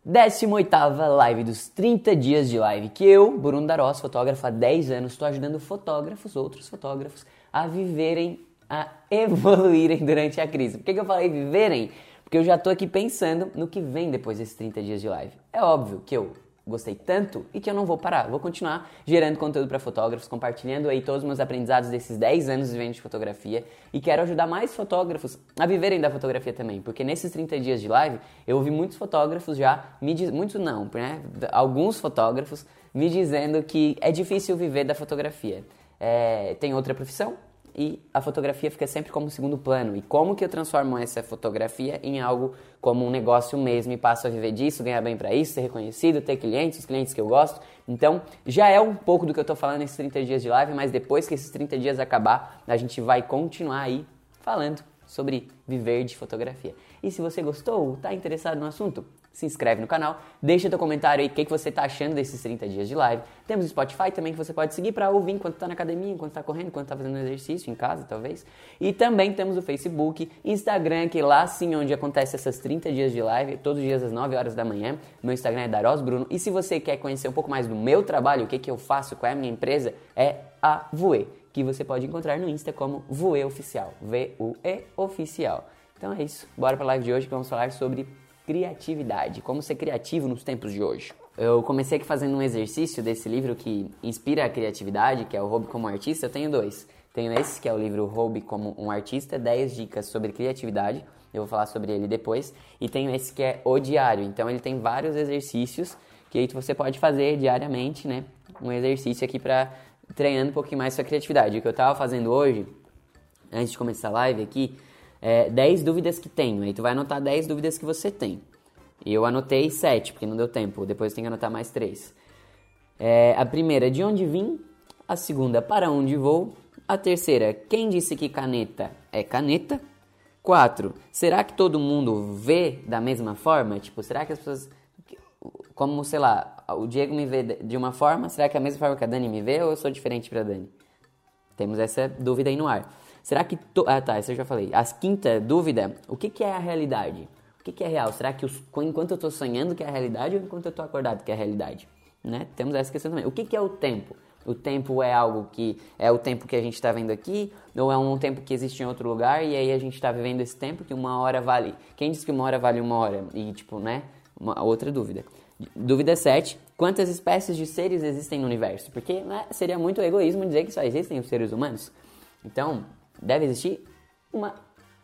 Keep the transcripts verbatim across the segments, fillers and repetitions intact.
décima oitava live dos trinta dias de live, que eu, Bruno Darós, fotógrafo há dez anos, estou ajudando fotógrafos, outros fotógrafos, a viverem, a evoluírem durante a crise. Por que, que eu falei viverem? Porque eu já estou aqui pensando no que vem depois desses trinta dias de live. É óbvio que eu gostei tanto e que eu não vou parar. Vou continuar gerando conteúdo para fotógrafos, compartilhando aí todos os meus aprendizados desses dez anos vivendo de fotografia e quero ajudar mais fotógrafos a viverem da fotografia também, porque nesses trinta dias de live eu ouvi muitos fotógrafos já, me diz, muitos não, né? Alguns fotógrafos me dizendo que é difícil viver da fotografia. É, tem outra profissão e a fotografia fica sempre como segundo plano. E como que eu transformo essa fotografia em algo como um negócio mesmo e passo a viver disso, ganhar bem pra isso, ser reconhecido, ter clientes, os clientes que eu gosto. Então, já é um pouco do que eu tô falando nesses trinta dias de live, mas depois que esses trinta dias acabar, a gente vai continuar aí falando sobre viver de fotografia. E se você gostou, tá interessado no assunto, se inscreve no canal, deixa teu comentário aí o que, que você tá achando desses trinta dias de live. Temos o Spotify também que você pode seguir para ouvir enquanto tá na academia, enquanto tá correndo, enquanto tá fazendo exercício em casa, talvez. E também temos o Facebook, Instagram, que lá sim onde acontece essas trinta dias de live, todos os dias às nove horas da manhã. Meu Instagram é Darós Bruno. E se você quer conhecer um pouco mais do meu trabalho, o que, que eu faço, qual é a minha empresa, é a Voe, que você pode encontrar no Insta como Voe Oficial, V U E Oficial. Então é isso, bora pra live de hoje que vamos falar sobre criatividade, como ser criativo nos tempos de hoje. Eu comecei aqui fazendo um exercício desse livro que inspira a criatividade, que é o Hobby como Artista. Eu tenho dois. Tenho esse, que é o livro Hobby como um Artista, dez dicas sobre criatividade. Eu vou falar sobre ele depois. E tenho esse que é o Diário. Então ele tem vários exercícios que aí você pode fazer diariamente, né? Um exercício aqui para treinando um pouquinho mais sua criatividade. O que eu tava fazendo hoje, antes de começar a live aqui, é dez dúvidas que tenho. Aí tu vai anotar dez dúvidas que você tem. Eu anotei sete, porque não deu tempo. Depois tem que anotar mais três. É, a primeira, de onde vim? A segunda, para onde vou? A terceira, quem disse que caneta é caneta? Quatro, será que todo mundo vê da mesma forma? Tipo, será que as pessoas... Como, sei lá, o Diego me vê de uma forma, será que é a mesma forma que a Dani me vê ou eu sou diferente pra Dani? Temos essa dúvida aí no ar. Será que... To... Ah, tá, isso eu já falei. A quinta dúvida, o que, que é a realidade? O que, que é real? Será que os... enquanto eu tô sonhando que é a realidade ou enquanto eu tô acordado que é a realidade? Né? Temos essa questão também. O que, que é o tempo? O tempo é algo que... É o tempo que a gente tá vendo aqui? Ou é um tempo que existe em outro lugar e aí a gente tá vivendo esse tempo que uma hora vale... Quem disse que uma hora vale uma hora? E, tipo, né? Uma outra dúvida. Dúvida sete. Quantas espécies de seres existem no universo? Porque né, seria muito egoísmo dizer que só existem os seres humanos. Então... Deve existir uma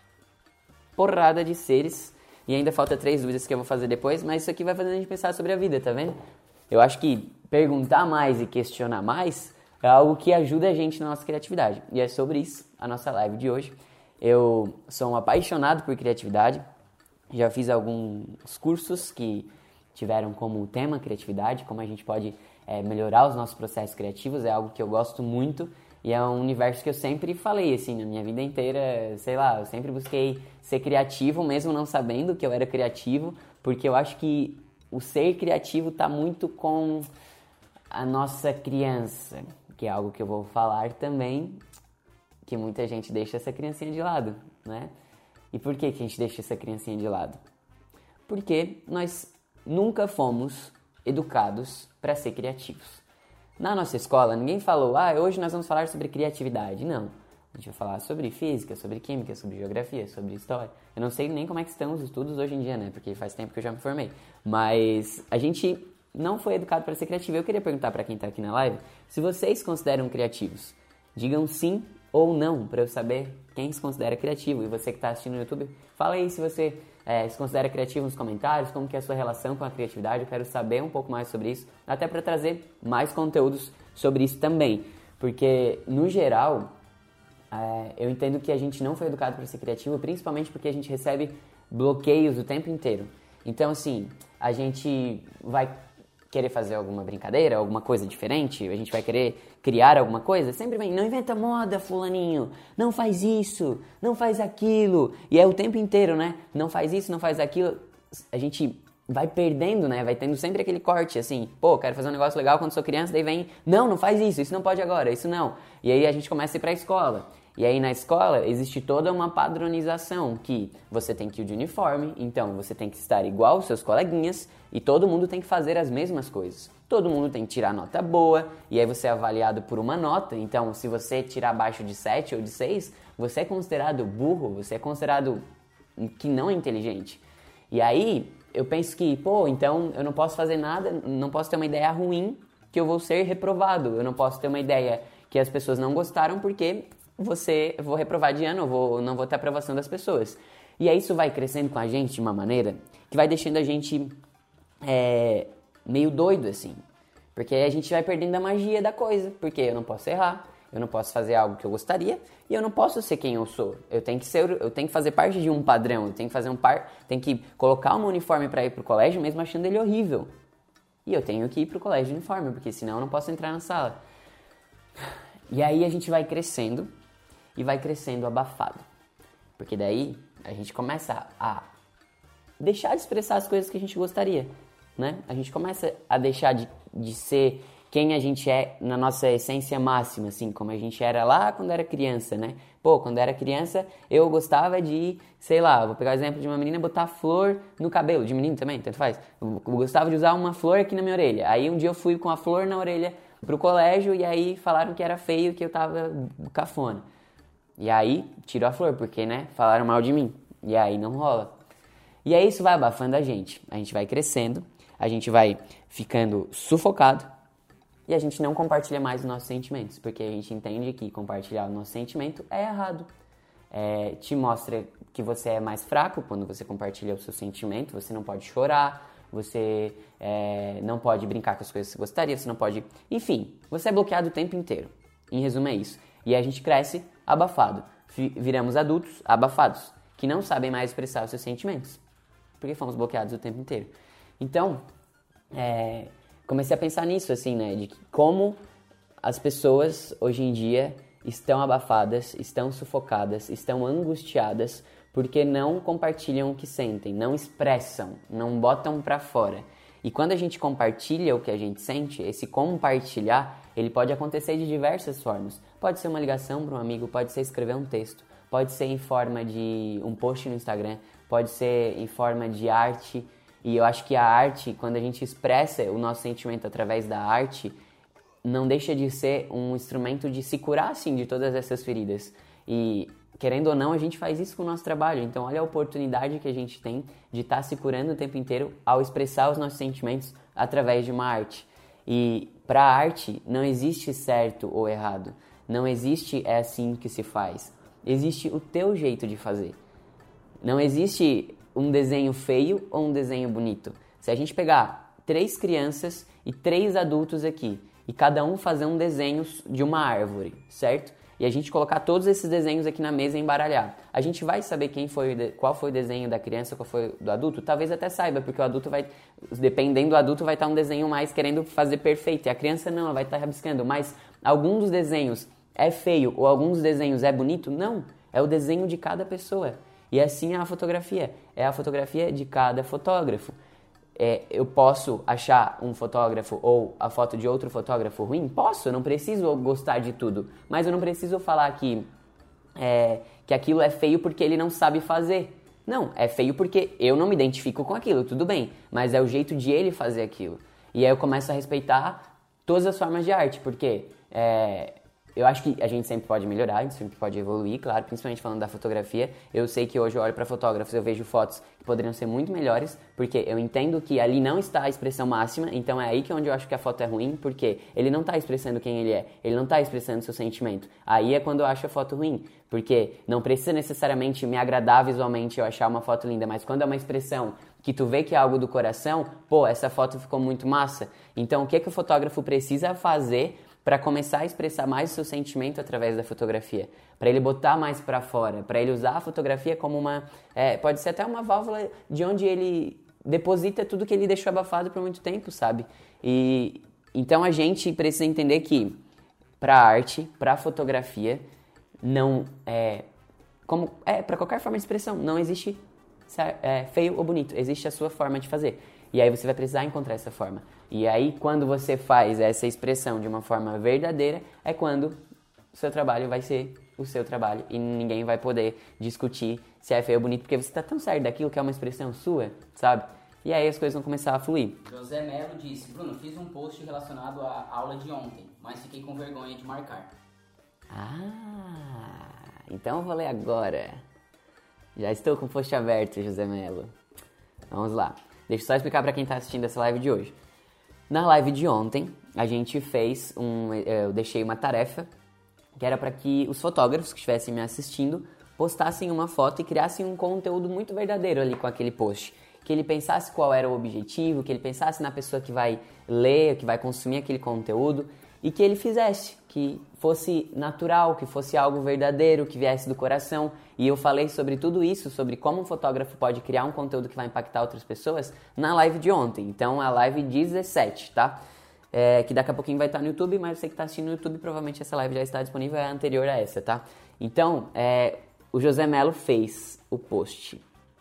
porrada de seres. E ainda falta três dúvidas que eu vou fazer depois. Mas isso aqui vai fazer a gente pensar sobre a vida, tá vendo? Eu acho que perguntar mais e questionar mais é algo que ajuda a gente na nossa criatividade. E é sobre isso a nossa live de hoje. Eu sou um apaixonado por criatividade. Já fiz alguns cursos que tiveram como tema criatividade. Como a gente pode é, melhorar os nossos processos criativos. É algo que eu gosto muito. E é um universo que eu sempre falei, assim, na minha vida inteira, sei lá, eu sempre busquei ser criativo, mesmo não sabendo que eu era criativo, porque eu acho que o ser criativo tá muito com a nossa criança, que é algo que eu vou falar também, que muita gente deixa essa criancinha de lado, né? E por que que a gente deixa essa criancinha de lado? Porque nós nunca fomos educados para ser criativos. Na nossa escola, ninguém falou, ah, hoje nós vamos falar sobre criatividade. Não. A gente vai falar sobre física, sobre química, sobre geografia, sobre história. Eu não sei nem como é que estão os estudos hoje em dia, né? Porque faz tempo que eu já me formei. Mas a gente não foi educado para ser criativo. Eu queria perguntar para quem está aqui na live, se vocês consideram criativos. Digam sim ou não, para eu saber quem se considera criativo. E você que está assistindo no YouTube, fala aí se você é, se considera criativo nos comentários, como que é a sua relação com a criatividade. Eu quero saber um pouco mais sobre isso, até para trazer mais conteúdos sobre isso também. Porque, no geral, é, eu entendo que a gente não foi educado para ser criativo, principalmente porque a gente recebe bloqueios o tempo inteiro. Então, assim, a gente vai querer fazer alguma brincadeira, alguma coisa diferente, a gente vai querer criar alguma coisa, sempre vem, não inventa moda, fulaninho, não faz isso, não faz aquilo, e é o tempo inteiro, né, não faz isso, não faz aquilo, a gente vai perdendo, né, vai tendo sempre aquele corte, assim, pô, quero fazer um negócio legal quando sou criança, daí vem, não, não faz isso, isso não pode agora, isso não, e aí a gente começa a ir pra escola, E aí na escola existe toda uma padronização que você tem que ir de uniforme, então você tem que estar igual aos seus coleguinhas e todo mundo tem que fazer as mesmas coisas. Todo mundo tem que tirar nota boa e aí você é avaliado por uma nota, então se você tirar abaixo de sete ou de seis, você é considerado burro, você é considerado que não é inteligente. E aí eu penso que, pô, então eu não posso fazer nada, não posso ter uma ideia ruim que eu vou ser reprovado, eu não posso ter uma ideia que as pessoas não gostaram porque você, eu vou reprovar de ano, eu vou, não vou ter aprovação das pessoas. E aí isso vai crescendo com a gente de uma maneira que vai deixando a gente é, meio doido, assim. Porque aí a gente vai perdendo a magia da coisa, porque eu não posso errar, eu não posso fazer algo que eu gostaria e eu não posso ser quem eu sou. Eu tenho que ser, eu tenho que fazer parte de um padrão, eu tenho que fazer um par, tenho que colocar um uniforme para ir pro colégio mesmo achando ele horrível. E eu tenho que ir pro colégio de uniforme, porque senão eu não posso entrar na sala. E aí a gente vai crescendo e vai crescendo abafado. Porque daí a gente começa a deixar de expressar as coisas que a gente gostaria, né? A gente começa a deixar de, de ser quem a gente é na nossa essência máxima, assim, como a gente era lá quando era criança, né? Pô, quando era criança eu gostava de, sei lá, vou pegar o exemplo de uma menina botar flor no cabelo, de menino também, tanto faz. Eu gostava de usar uma flor aqui na minha orelha. Aí um dia eu fui com a flor na orelha pro colégio e aí falaram que era feio, que eu tava cafona. E aí, tirou a flor, porque, né, falaram mal de mim. E aí não rola. E aí isso vai abafando a gente. A gente vai crescendo, a gente vai ficando sufocado e a gente não compartilha mais os nossos sentimentos, porque a gente entende que compartilhar o nosso sentimento é errado. É, te mostra que você é mais fraco quando você compartilha o seu sentimento, você não pode chorar, você é, não pode brincar com as coisas que você gostaria, você não pode... Enfim, você é bloqueado o tempo inteiro. Em resumo é isso. E a gente cresce abafado. Viramos adultos abafados, que não sabem mais expressar os seus sentimentos, porque fomos bloqueados o tempo inteiro. Então, é, comecei a pensar nisso, assim, né, de como as pessoas hoje em dia estão abafadas, estão sufocadas, estão angustiadas, porque não compartilham o que sentem, não expressam, não botam pra fora. E quando a gente compartilha o que a gente sente, esse compartilhar, ele pode acontecer de diversas formas. Pode ser uma ligação para um amigo, pode ser escrever um texto, pode ser em forma de um post no Instagram, pode ser em forma de arte. E eu acho que a arte, quando a gente expressa o nosso sentimento através da arte, não deixa de ser um instrumento de se curar, assim, de todas essas feridas. E, querendo ou não, a gente faz isso com o nosso trabalho. Então, olha a oportunidade que a gente tem de estar se curando o tempo inteiro ao expressar os nossos sentimentos através de uma arte. E para a arte não existe certo ou errado. Não existe é assim que se faz. Existe o teu jeito de fazer. Não existe um desenho feio ou um desenho bonito. Se a gente pegar três crianças e três adultos aqui e cada um fazer um desenho de uma árvore, certo? E a gente colocar todos esses desenhos aqui na mesa e embaralhar. A gente vai saber quem foi, qual foi o desenho da criança, qual foi do adulto? Talvez até saiba, porque o adulto vai, dependendo do adulto, vai estar um desenho mais querendo fazer perfeito. E a criança não, ela vai estar rabiscando. Mas algum dos desenhos é feio ou alguns desenhos é bonito? Não, é o desenho de cada pessoa. E assim é a fotografia. É a fotografia de cada fotógrafo. É, eu posso achar um fotógrafo ou a foto de outro fotógrafo ruim? Posso, eu não preciso gostar de tudo. Mas eu não preciso falar que, é, que aquilo é feio porque ele não sabe fazer. Não, é feio porque eu não me identifico com aquilo, tudo bem. Mas é o jeito de ele fazer aquilo. E aí eu começo a respeitar todas as formas de arte, porque... É, eu acho que a gente sempre pode melhorar, a gente sempre pode evoluir, claro, principalmente falando da fotografia. Eu sei que hoje eu olho para fotógrafos, eu vejo fotos que poderiam ser muito melhores, porque eu entendo que ali não está a expressão máxima, então é aí que é onde eu acho que a foto é ruim, porque ele não está expressando quem ele é, ele não está expressando seu sentimento. Aí é quando eu acho a foto ruim, porque não precisa necessariamente me agradar visualmente eu achar uma foto linda, mas quando é uma expressão que tu vê que é algo do coração, pô, essa foto ficou muito massa. Então o que, que o fotógrafo precisa fazer para começar a expressar mais o seu sentimento através da fotografia, para ele botar mais para fora, para ele usar a fotografia como uma, é, pode ser até uma válvula de onde ele deposita tudo que ele deixou abafado por muito tempo, sabe? E então a gente precisa entender que para arte, para fotografia, não é como é para qualquer forma de expressão, não existe é, feio ou bonito, existe a sua forma de fazer. E aí você vai precisar encontrar essa forma. E aí, quando você faz essa expressão de uma forma verdadeira, é quando o seu trabalho vai ser o seu trabalho e ninguém vai poder discutir se é feio ou bonito, porque você tá tão certo daquilo que é uma expressão sua, sabe? E aí as coisas vão começar a fluir. José Melo disse: Bruno, fiz um post relacionado à aula de ontem, mas fiquei com vergonha de marcar. Ah, então eu vou ler agora. Já estou com o post aberto, José Melo. Vamos lá. Deixa eu só explicar para quem está assistindo essa live de hoje. Na live de ontem, a gente fez um... Eu deixei uma tarefa que era para que os fotógrafos que estivessem me assistindo postassem uma foto e criassem um conteúdo muito verdadeiro ali com aquele post. Que ele pensasse qual era o objetivo, que ele pensasse na pessoa que vai ler, que vai consumir aquele conteúdo e que ele fizesse, que fosse natural, que fosse algo verdadeiro, que viesse do coração. E eu falei sobre tudo isso, sobre como um fotógrafo pode criar um conteúdo que vai impactar outras pessoas na live de ontem. Então, a live dezessete, tá? É, que daqui a pouquinho vai estar no YouTube, mas você que está assistindo no YouTube, provavelmente essa live já está disponível, é anterior a essa, tá? Então, é, o José Melo fez o post.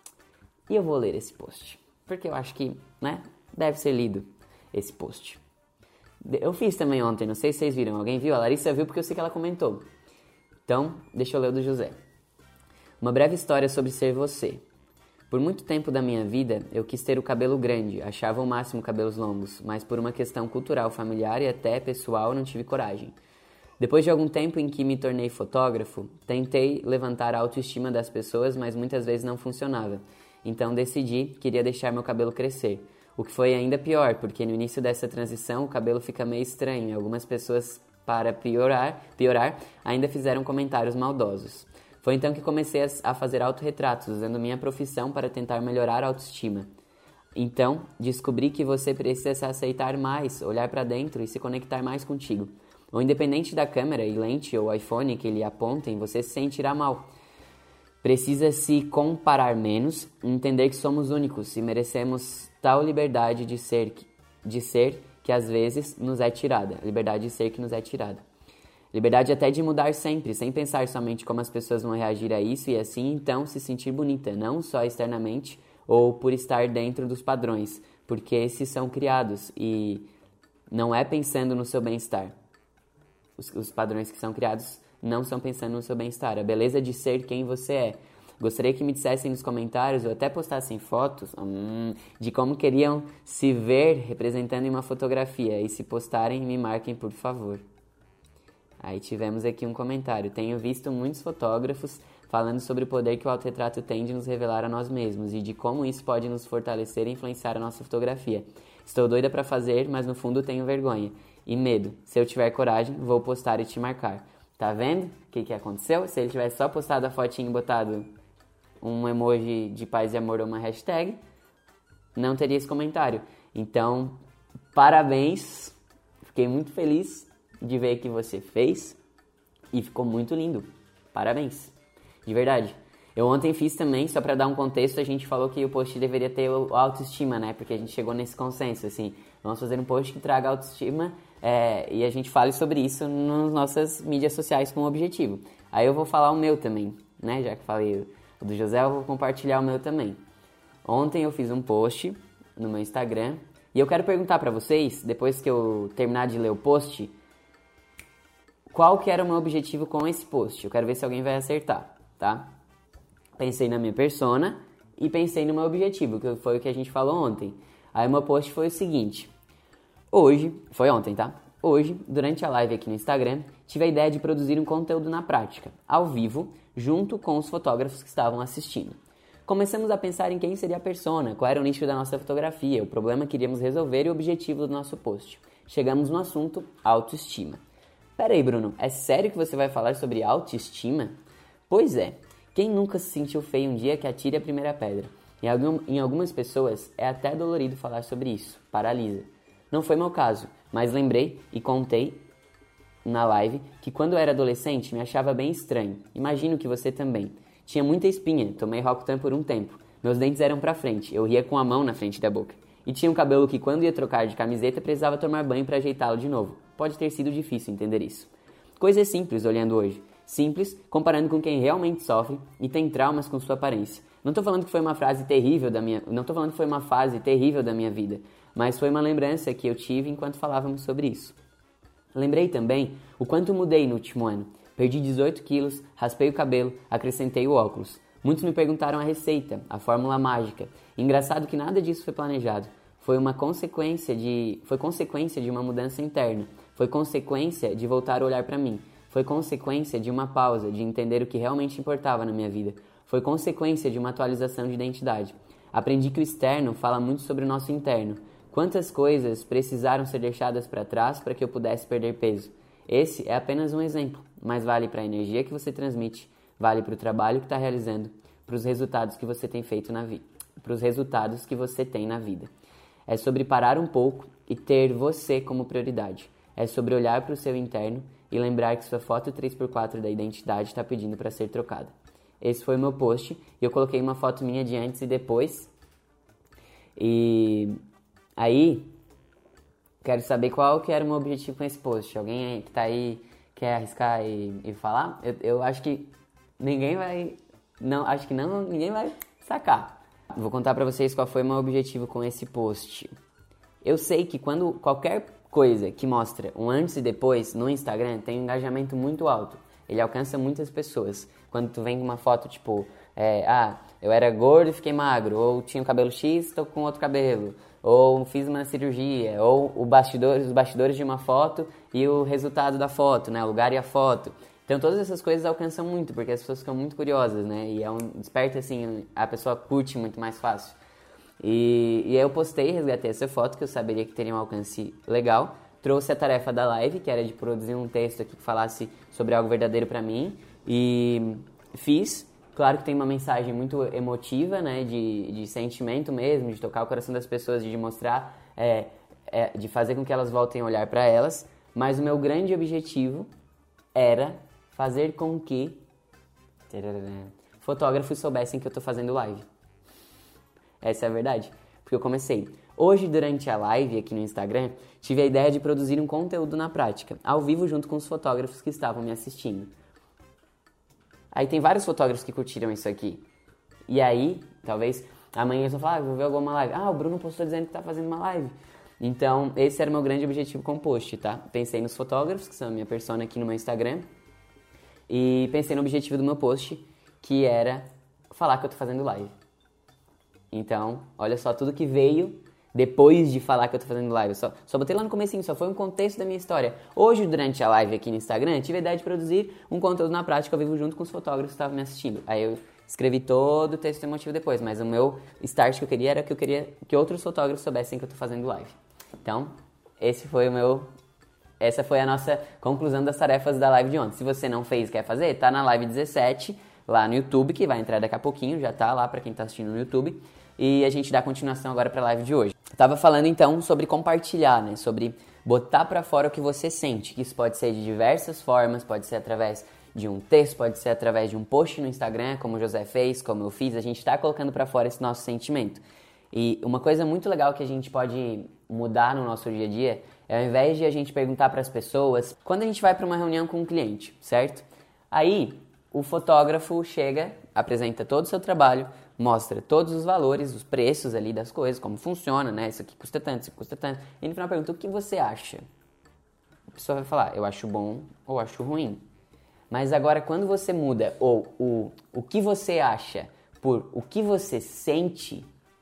E eu vou ler esse post, porque eu acho que, né, deve ser lido esse post. Eu fiz também ontem, não sei se vocês viram. Alguém viu? A Larissa viu porque eu sei que ela comentou. Então, deixa eu ler o do José. Uma breve história sobre ser você. Por muito tempo da minha vida, eu quis ter o cabelo grande, achava o máximo cabelos longos, mas por uma questão cultural, familiar e até pessoal, não tive coragem. Depois de algum tempo em que me tornei fotógrafo, tentei levantar a autoestima das pessoas, mas muitas vezes não funcionava. Então decidi que iria deixar meu cabelo crescer. O que foi ainda pior, porque no início dessa transição o cabelo fica meio estranho e algumas pessoas, para piorar, piorar, ainda fizeram comentários maldosos. Foi então que comecei a fazer autorretratos, usando minha profissão para tentar melhorar a autoestima. Então, descobri que você precisa se aceitar mais, olhar para dentro e se conectar mais contigo. Ou independente da câmera e lente ou iPhone que lhe apontem, você se sentirá mal. Precisa se comparar menos, entender que somos únicos e merecemos tal liberdade de ser, de ser que às vezes nos é tirada. Liberdade de ser que nos é tirada. Liberdade até de mudar sempre, sem pensar somente como as pessoas vão reagir a isso e assim então se sentir bonita, não só externamente ou por estar dentro dos padrões, porque esses são criados e não é pensando no seu bem-estar. Os, os padrões que são criados não são pensando no seu bem-estar. A beleza de ser quem você é. Gostaria que me dissessem nos comentários ou até postassem fotos hum, de como queriam se ver representando em uma fotografia. E se postarem, me marquem, por favor. Aí tivemos aqui um comentário. Tenho visto muitos fotógrafos falando sobre o poder que o autorretrato tem de nos revelar a nós mesmos e de como isso pode nos fortalecer e influenciar a nossa fotografia. Estou doida para fazer, mas no fundo tenho vergonha e medo. Se eu tiver coragem, vou postar e te marcar. Tá vendo o que, que aconteceu? Se ele tivesse só postado a fotinha e botado um emoji de paz e amor ou uma hashtag, não teria esse comentário. Então, parabéns. Fiquei muito feliz de ver que você fez e ficou muito lindo. Parabéns. De verdade. Eu ontem fiz também, só pra dar um contexto, a gente falou que o post deveria ter autoestima, né? Porque a gente chegou nesse consenso, assim. Vamos fazer um post que traga autoestima é, e a gente fale sobre isso nas nossas mídias sociais com o objetivo. Aí eu vou falar o meu também, né? Já que falei o do José, eu vou compartilhar o meu também. Ontem eu fiz um post no meu Instagram e eu quero perguntar pra vocês, depois que eu terminar de ler o post, qual que era o meu objetivo com esse post. Eu quero ver se alguém vai acertar, tá? Pensei na minha persona e pensei no meu objetivo, que foi o que a gente falou ontem. Aí o meu post foi o seguinte. Hoje, foi ontem, tá? Hoje, durante a live aqui no Instagram, tive a ideia de produzir um conteúdo na prática, ao vivo, junto com os fotógrafos que estavam assistindo. Começamos a pensar em quem seria a persona, qual era o nicho da nossa fotografia, o problema que iríamos resolver e o objetivo do nosso post. Chegamos no assunto autoestima. Pera aí, Bruno, é sério que você vai falar sobre autoestima? Pois é. Quem nunca se sentiu feio um dia que atire a primeira pedra? Em, algum, em algumas pessoas é até dolorido falar sobre isso, paralisa. Não foi meu caso, mas lembrei e contei na live que quando eu era adolescente me achava bem estranho. Imagino que você também. Tinha muita espinha, tomei Roacutan por um tempo. Meus dentes eram pra frente, eu ria com a mão na frente da boca. E tinha um cabelo que quando ia trocar de camiseta precisava tomar banho para ajeitá-lo de novo. Pode ter sido difícil entender isso. Coisas simples olhando hoje. Simples, comparando com quem realmente sofre e tem traumas com sua aparência. Não estou falando que foi uma frase terrível da minha, não estou falando que foi uma fase terrível da minha vida, mas foi uma lembrança que eu tive enquanto falávamos sobre isso. Lembrei também o quanto mudei no último ano. Perdi dezoito quilos, raspei o cabelo, acrescentei o óculos. Muitos me perguntaram a receita, a fórmula mágica. Engraçado que nada disso foi planejado. Foi uma consequência de, foi consequência de uma mudança interna. Foi consequência de voltar a olhar para mim. Foi consequência de uma pausa, de entender o que realmente importava na minha vida. Foi consequência de uma atualização de identidade. Aprendi que o externo fala muito sobre o nosso interno. Quantas coisas precisaram ser deixadas para trás para que eu pudesse perder peso? Esse é apenas um exemplo, mas vale para a energia que você transmite, vale para o trabalho que está realizando, para os resultados que você tem feito na vida, para os resultados que você tem na vida. É sobre parar um pouco e ter você como prioridade. É sobre olhar para o seu interno e lembrar que sua foto três por quatro da identidade está pedindo para ser trocada. Esse foi o meu post e eu coloquei uma foto minha de antes e depois. E aí, quero saber qual que era o meu objetivo com esse post. Alguém que tá aí quer arriscar e, e falar? Eu, eu acho que ninguém vai... Não, acho que não, ninguém vai sacar. Vou contar pra vocês qual foi o meu objetivo com esse post. Eu sei que quando qualquer coisa que mostra um antes e depois no Instagram tem um engajamento muito alto. Ele alcança muitas pessoas. Quando tu vem com uma foto tipo... É, ah, eu era gordo e fiquei magro. Ou tinha o cabelo X, tô com outro cabelo. Ou fiz uma cirurgia, ou o bastidor, os bastidores de uma foto e o resultado da foto, né? O lugar e a foto. Então todas essas coisas alcançam muito, porque as pessoas ficam muito curiosas, né? E é um desperta assim, a pessoa curte muito mais fácil. E, e aí eu postei, resgatei essa foto, que eu saberia que teria um alcance legal. Trouxe a tarefa da live, que era de produzir um texto aqui que falasse sobre algo verdadeiro pra mim. E fiz. Claro que tem uma mensagem muito emotiva, né, de, de sentimento mesmo, de tocar o coração das pessoas, de mostrar, é, é, de fazer com que elas voltem a olhar para elas. Mas o meu grande objetivo era fazer com que fotógrafos soubessem que eu tô fazendo live. Essa é a verdade. Porque eu comecei. Hoje, durante a live aqui no Instagram, tive a ideia de produzir um conteúdo na prática, ao vivo junto com os fotógrafos que estavam me assistindo. Aí tem vários fotógrafos que curtiram isso aqui. E aí, talvez, amanhã eles vão falar, ah, vou ver alguma live. Ah, o Bruno postou dizendo que tá fazendo uma live. Então, esse era o meu grande objetivo com o post, tá? Pensei nos fotógrafos, que são a minha persona aqui no meu Instagram. E pensei no objetivo do meu post, que era falar que eu tô fazendo live. Então, olha só tudo que veio depois de falar que eu tô fazendo live. Só, só botei lá no comecinho, só foi um contexto da minha história. Hoje, durante a live aqui no Instagram, tive a ideia de produzir um conteúdo na prática ao vivo junto com os fotógrafos que estavam me assistindo. Aí eu escrevi todo o texto emotivo depois, mas o meu start que eu queria era que eu queria que outros fotógrafos soubessem que eu tô fazendo live. Então, esse foi o meu... Essa foi a nossa conclusão das tarefas da live de ontem. Se você não fez e quer fazer, tá na live dezessete, lá no YouTube, que vai entrar daqui a pouquinho, já tá lá pra quem tá assistindo no YouTube. E a gente dá continuação agora pra live de hoje. Eu tava falando então sobre compartilhar, né? Sobre botar pra fora o que você sente. Que isso pode ser de diversas formas, pode ser através de um texto, pode ser através de um post no Instagram, como o José fez, como eu fiz. A gente tá colocando pra fora esse nosso sentimento. E uma coisa muito legal que a gente pode mudar no nosso dia a dia é, ao invés de a gente perguntar pras pessoas, quando a gente vai pra uma reunião com um cliente, certo? Aí o fotógrafo chega, apresenta todo o seu trabalho, mostra todos os valores, os preços ali das coisas, como funciona, né? Isso aqui custa tanto, isso aqui custa tanto. E no final pergunta, o que você acha? A pessoa vai falar, eu acho bom ou acho ruim. Mas agora, quando você muda ou o, o que você acha por o que você sente,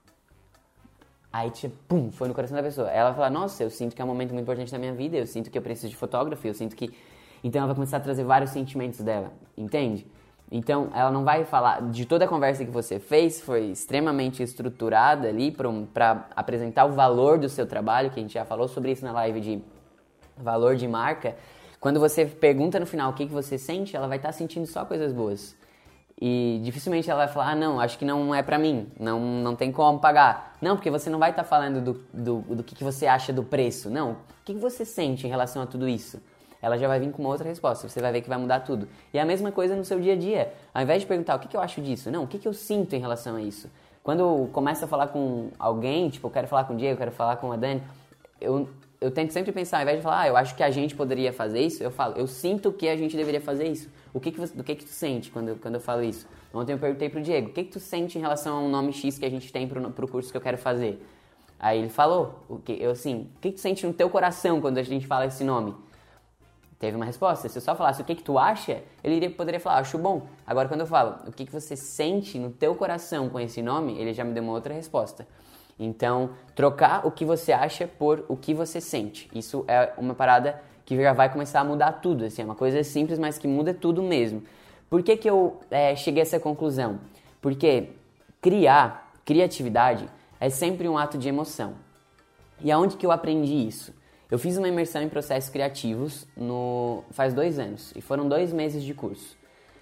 aí, tipo, pum, foi no coração da pessoa. Ela vai falar, nossa, eu sinto que é um momento muito importante da minha vida, eu sinto que eu preciso de fotógrafo, eu sinto que... Então ela vai começar a trazer vários sentimentos dela, entende? Então, ela não vai falar de toda a conversa que você fez, foi extremamente estruturada ali para apresentar o valor do seu trabalho, que a gente já falou sobre isso na live de valor de marca. Quando você pergunta no final o que, que você sente, ela vai estar sentindo só coisas boas. E dificilmente ela vai falar, ah, não, acho que não é pra mim, não, não tem como pagar. Não, porque você não vai estar falando do, do, do que, que você acha do preço. Não, o que, que você sente em relação a tudo isso? Ela já vai vir com uma outra resposta, você vai ver que vai mudar tudo. E a mesma coisa no seu dia a dia. Ao invés de perguntar o que, que eu acho disso, não, o que, que eu sinto em relação a isso. Quando eu começo a falar com alguém, tipo, eu quero falar com o Diego, eu quero falar com a Dani, eu, eu tento sempre pensar, ao invés de falar, ah, eu acho que a gente poderia fazer isso, eu falo, eu sinto que a gente deveria fazer isso. O que que você, do que que tu sente quando eu, quando eu falo isso? Ontem eu perguntei pro Diego, o que que tu sente em relação a um nome X que a gente tem pro, pro curso que eu quero fazer? Aí ele falou, o que, eu assim, o que que tu sente no teu coração quando a gente fala esse nome? teve uma resposta. Se eu só falasse o que que tu acha, ele iria, poderia falar, acho bom. Agora, quando eu falo o que que você sente no teu coração com esse nome, ele já me deu uma outra resposta. Então, trocar o que você acha por o que você sente. Isso é uma parada que já vai começar a mudar tudo. Assim, é uma coisa simples, mas que muda tudo mesmo. Por que que eu é, cheguei a essa conclusão? Porque criar, criatividade, é sempre um ato de emoção. E aonde que eu aprendi isso? Eu fiz uma imersão em processos criativos no, faz dois anos. E foram dois meses de curso.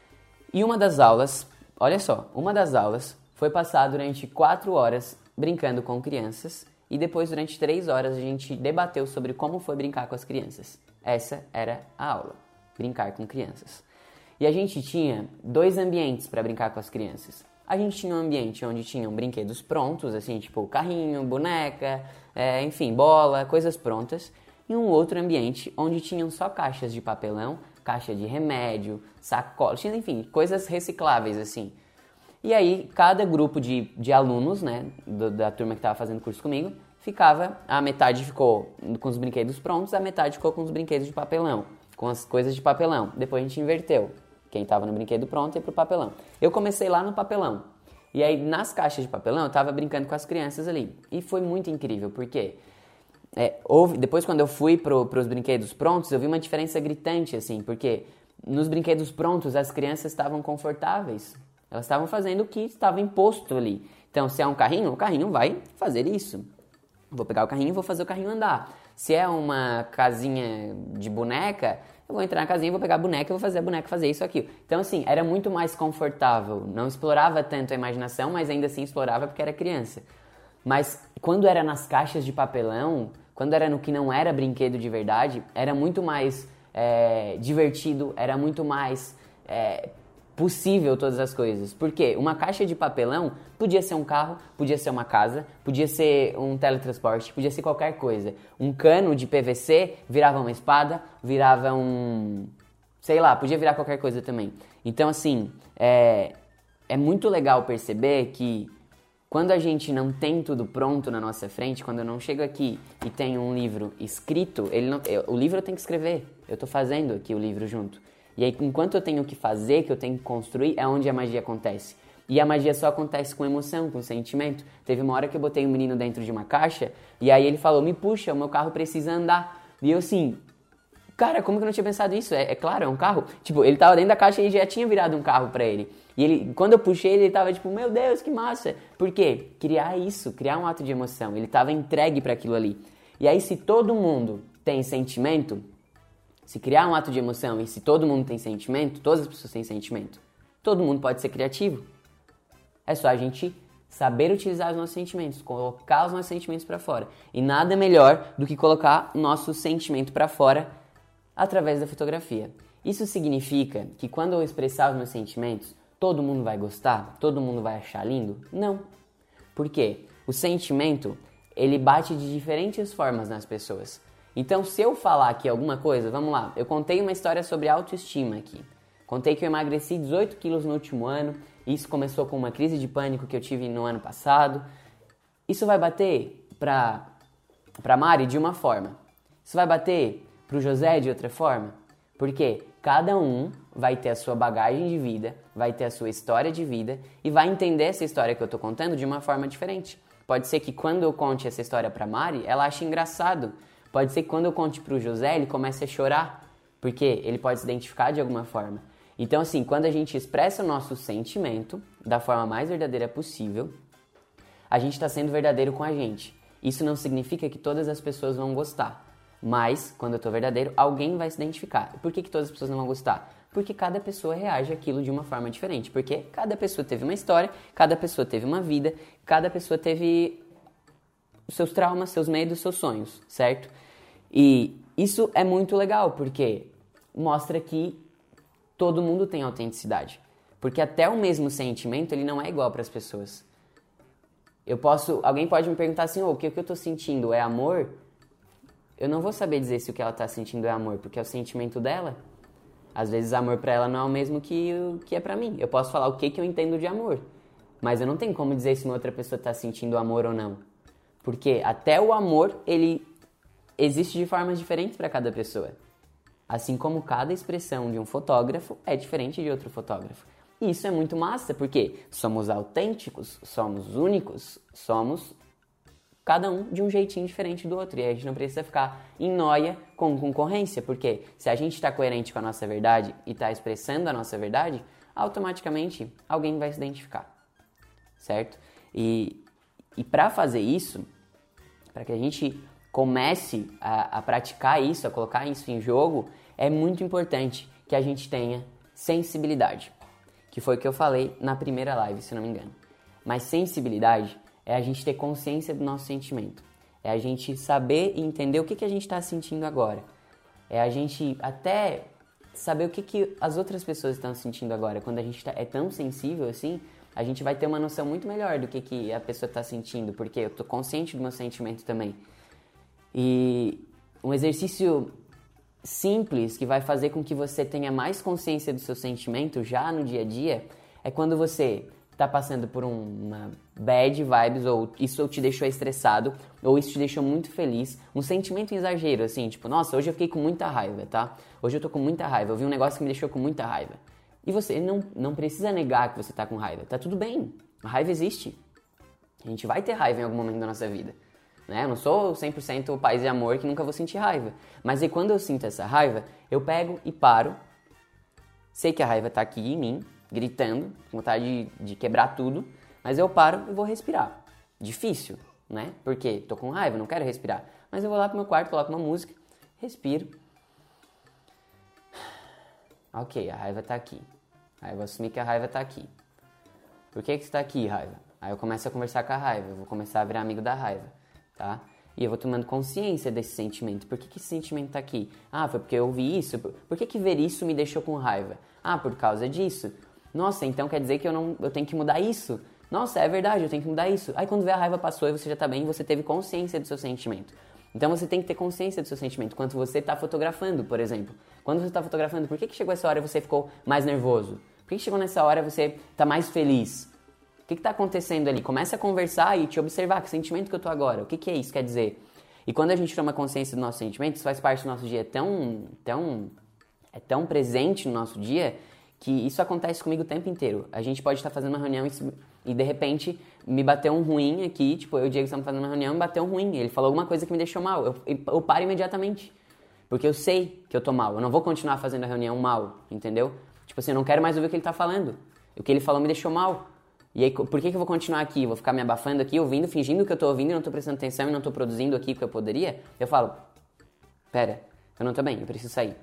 E uma das aulas, olha só, uma das aulas foi passar durante quatro horas brincando com crianças. E depois, durante três horas, a gente debateu sobre como foi brincar com as crianças. Essa era a aula, brincar com crianças. E a gente tinha dois ambientes para brincar com as crianças. A gente tinha um ambiente onde tinham brinquedos prontos, assim, tipo carrinho, boneca, é, enfim, bola, coisas prontas. E um outro ambiente onde tinham só caixas de papelão, caixa de remédio, sacolas, enfim, coisas recicláveis, assim. E aí, cada grupo de, de alunos, né, do, da turma que estava fazendo curso comigo, ficava, a metade ficou com os brinquedos prontos, a metade ficou com os brinquedos de papelão, com as coisas de papelão. Depois a gente inverteu. Quem estava no brinquedo pronto ia pro papelão. Eu comecei lá no papelão. E aí, nas caixas de papelão, eu estava brincando com as crianças ali. E foi muito incrível, porque é, houve, depois quando eu fui pro, pros brinquedos prontos, eu vi uma diferença gritante, assim, porque nos brinquedos prontos as crianças estavam confortáveis. Elas estavam fazendo o que estava imposto ali. Então, se é um carrinho, o carrinho vai fazer isso. Vou pegar o carrinho e vou fazer o carrinho andar. Se é uma casinha de boneca, eu vou entrar na casinha, vou pegar a boneca e vou fazer a boneca fazer isso aqui. Então, assim, era muito mais confortável. Não explorava tanto a imaginação, mas ainda assim explorava porque era criança. Mas quando era nas caixas de papelão, quando era no que não era brinquedo de verdade, era muito mais é, divertido, era muito mais é, possível todas as coisas. Por quê? Uma caixa de papelão podia ser um carro, podia ser uma casa, podia ser um teletransporte, podia ser qualquer coisa. Um cano de P V C virava uma espada, virava um... sei lá, podia virar qualquer coisa também. Então, assim, é, é muito legal perceber que quando a gente não tem tudo pronto na nossa frente, quando eu não chego aqui e tenho um livro escrito, ele não, eu, o livro eu tenho que escrever. Eu estou fazendo aqui o livro junto. E aí, enquanto eu tenho que fazer, que eu tenho que construir, é onde a magia acontece. E a magia só acontece com emoção, com sentimento. Teve uma hora que eu botei um menino dentro de uma caixa, e aí ele falou, me puxa, o meu carro precisa andar. E eu assim, cara, como que eu não tinha pensado nisso? É, é claro, é um carro. Tipo, ele tava dentro da caixa e já tinha virado um carro pra ele. E ele, quando eu puxei ele, ele tava tipo, meu Deus, que massa. Por quê? Criar isso, criar um ato de emoção. Ele tava entregue pra aquilo ali. E aí, se todo mundo tem sentimento, se criar um ato de emoção e se todo mundo tem sentimento, todas as pessoas têm sentimento, todo mundo pode ser criativo. É só a gente saber utilizar os nossos sentimentos, colocar os nossos sentimentos pra fora. E nada melhor do que colocar o nosso sentimento pra fora através da fotografia. Isso significa que quando eu expressar os meus sentimentos, todo mundo vai gostar? Todo mundo vai achar lindo? Não. Por quê? O sentimento, ele bate de diferentes formas nas pessoas. Então, se eu falar aqui alguma coisa, vamos lá, eu contei uma história sobre autoestima aqui. Contei que eu emagreci dezoito quilos no último ano, isso começou com uma crise de pânico que eu tive no ano passado. Isso vai bater pra, pra Mari de uma forma. Isso vai bater pro José de outra forma. Porque cada um vai ter a sua bagagem de vida, vai ter a sua história de vida e vai entender essa história que eu tô contando de uma forma diferente. Pode ser que quando eu conte essa história pra Mari, ela ache engraçado. Pode ser que quando eu conte pro José, ele comece a chorar, porque ele pode se identificar de alguma forma. Então, assim, quando a gente expressa o nosso sentimento da forma mais verdadeira possível, a gente está sendo verdadeiro com a gente. Isso não significa que todas as pessoas vão gostar, mas, quando eu tô verdadeiro, alguém vai se identificar. Por que que todas as pessoas não vão gostar? Porque cada pessoa reage àquilo de uma forma diferente. Porque cada pessoa teve uma história, cada pessoa teve uma vida, cada pessoa teve seus traumas, seus medos, seus sonhos, certo? E isso é muito legal, porque mostra que todo mundo tem autenticidade. Porque até o mesmo sentimento, ele não é igual para as pessoas. Eu posso, alguém pode me perguntar assim, oh, o que, que eu tô sentindo é amor? Eu não vou saber dizer se o que ela tá sentindo é amor, porque é o sentimento dela. Às vezes amor para ela não é o mesmo que o que é para mim. Eu posso falar o que, que eu entendo de amor, mas eu não tenho como dizer se uma outra pessoa tá sentindo amor ou não. Porque até o amor, ele existe de formas diferentes para cada pessoa. Assim como cada expressão de um fotógrafo é diferente de outro fotógrafo. E isso é muito massa, porque somos autênticos, somos únicos, somos cada um de um jeitinho diferente do outro. E a gente não precisa ficar em noia com concorrência, porque se a gente está coerente com a nossa verdade e está expressando a nossa verdade, automaticamente alguém vai se identificar, certo? E, e para fazer isso, para que a gente comece a, a praticar isso, a colocar isso em jogo, é muito importante que a gente tenha sensibilidade, que foi o que eu falei na primeira live, se não me engano. Mas sensibilidade é a gente ter consciência do nosso sentimento. É a gente saber e entender o que, que a gente está sentindo agora. É a gente até saber o que, que as outras pessoas estão sentindo agora. Quando a gente tá, é tão sensível assim, a gente vai ter uma noção muito melhor do que, que a pessoa está sentindo, porque eu estou consciente do meu sentimento também. E um exercício simples que vai fazer com que você tenha mais consciência do seu sentimento já no dia a dia é quando você tá passando por um, uma bad vibes, ou isso te deixou estressado, ou isso te deixou muito feliz, um sentimento exagero, assim, tipo, nossa, hoje eu fiquei com muita raiva, tá? Hoje eu tô com muita raiva, eu vi um negócio que me deixou com muita raiva. E você não, não precisa negar que você tá com raiva, tá tudo bem, a raiva existe. A gente vai ter raiva em algum momento da nossa vida, né? Eu não sou cem por cento paz e amor que nunca vou sentir raiva, mas aí quando eu sinto essa raiva, eu pego e paro, sei que a raiva tá aqui em mim, gritando, com vontade de, de quebrar tudo, mas eu paro e vou respirar. Difícil, né? Porque tô com raiva, não quero respirar. Mas eu vou lá pro meu quarto, coloco uma música, respiro. Ok, a raiva tá aqui. Aí eu vou assumir que a raiva tá aqui. Por que que você tá aqui, raiva? Aí eu começo a conversar com a raiva, eu vou começar a virar amigo da raiva, tá? E eu vou tomando consciência desse sentimento. Por que que esse sentimento tá aqui? Ah, foi porque eu ouvi isso? Por que que ver isso me deixou com raiva? Ah, por causa disso. Nossa, então quer dizer que eu, não, eu tenho que mudar isso? Nossa, é verdade, eu tenho que mudar isso. Aí quando vê a raiva passou e você já tá bem, você teve consciência do seu sentimento. Então você tem que ter consciência do seu sentimento. Quando você tá fotografando, por exemplo. Quando você tá fotografando, por que que chegou essa hora e você ficou mais nervoso? Por que que chegou nessa hora e você tá mais feliz? O que que tá acontecendo ali? Começa a conversar e te observar. Que sentimento que eu tô agora? O que que é isso? Quer dizer... E quando a gente toma consciência do nosso sentimento, isso faz parte do nosso dia. É tão, tão, é tão presente no nosso dia... que isso acontece comigo o tempo inteiro. A gente pode estar fazendo uma reunião e, e de repente me bateu um ruim aqui, tipo, eu e o Diego estamos fazendo uma reunião e me bateu um ruim. Ele falou alguma coisa que me deixou mal. Eu, eu paro imediatamente. Porque eu sei que eu tô mal. Eu não vou continuar fazendo a reunião mal, entendeu? Tipo assim, eu não quero mais ouvir o que ele tá falando. O que ele falou me deixou mal. E aí, por que que eu vou continuar aqui? Vou ficar me abafando aqui, ouvindo, fingindo que eu tô ouvindo e não tô prestando atenção e não tô produzindo aqui o que eu poderia? Eu falo, pera, eu não tô bem, eu preciso sair.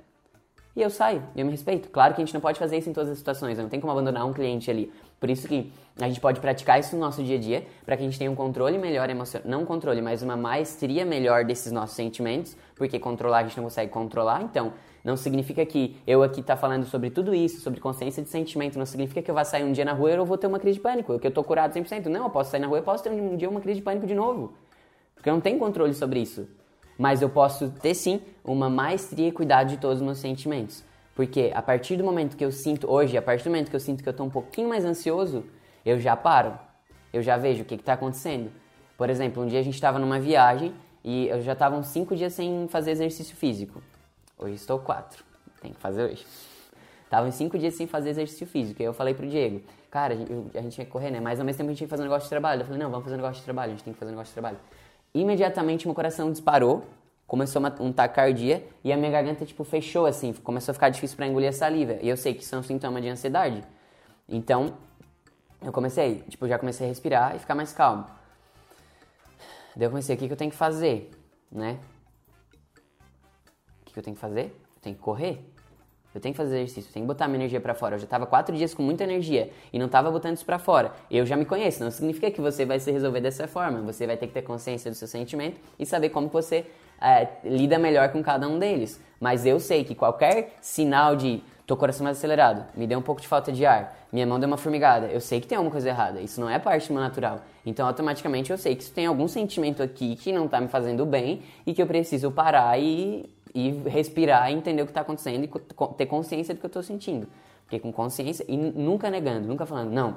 E eu saio, eu me respeito. Claro que a gente não pode fazer isso em todas as situações, não tem como abandonar um cliente ali. Por isso que a gente pode praticar isso no nosso dia a dia, para que a gente tenha um controle melhor emocional, não um controle, mas uma maestria melhor desses nossos sentimentos, porque controlar a gente não consegue controlar, então não significa que eu aqui tá falando sobre tudo isso, sobre consciência de sentimento, não significa que eu vá sair um dia na rua e eu vou ter uma crise de pânico, que eu tô curado cem por cento. Não, eu posso sair na rua e posso ter um dia uma crise de pânico de novo, porque eu não tenho controle sobre isso. Mas eu posso ter sim uma maestria e cuidado de todos os meus sentimentos. Porque a partir do momento que eu sinto, hoje, a partir do momento que eu sinto que eu tô um pouquinho mais ansioso, eu já paro. Eu já vejo o que que tá acontecendo. Por exemplo, um dia a gente estava numa viagem e eu já estava uns cinco dias sem fazer exercício físico. Hoje estou quatro. Tem que fazer hoje. Tava em cinco dias sem fazer exercício físico. E eu falei pro Diego, cara, a gente, a gente tinha que correr, né? Mas ao mesmo tempo a gente tinha que fazer um negócio de trabalho. Eu falei, não, vamos fazer um negócio de trabalho, a gente tem que fazer um negócio de trabalho. Imediatamente meu coração disparou, começou uma, um taquicardia e a minha garganta, tipo, fechou, assim, começou a ficar difícil pra engolir a saliva. E eu sei que isso é um sintoma de ansiedade. Então, eu comecei, tipo, já comecei a respirar e ficar mais calmo. Daí eu comecei, o que que eu tenho que fazer, né? O que que eu tenho que fazer? Eu tenho que correr. Eu tenho que fazer exercício, eu tenho que botar minha energia pra fora. Eu já tava quatro dias com muita energia e não tava botando isso pra fora. Eu já me conheço, não significa que você vai se resolver dessa forma. Você vai ter que ter consciência do seu sentimento e saber como você é, lida melhor com cada um deles. Mas eu sei que qualquer sinal de tô com o coração mais acelerado, me deu um pouco de falta de ar, minha mão deu uma formigada, eu sei que tem alguma coisa errada. Isso não é parte do meu natural. Então automaticamente eu sei que isso tem algum sentimento aqui que não tá me fazendo bem e que eu preciso parar e... e respirar e entender o que está acontecendo e ter consciência do que eu estou sentindo. Porque com consciência, e nunca negando, nunca falando, não,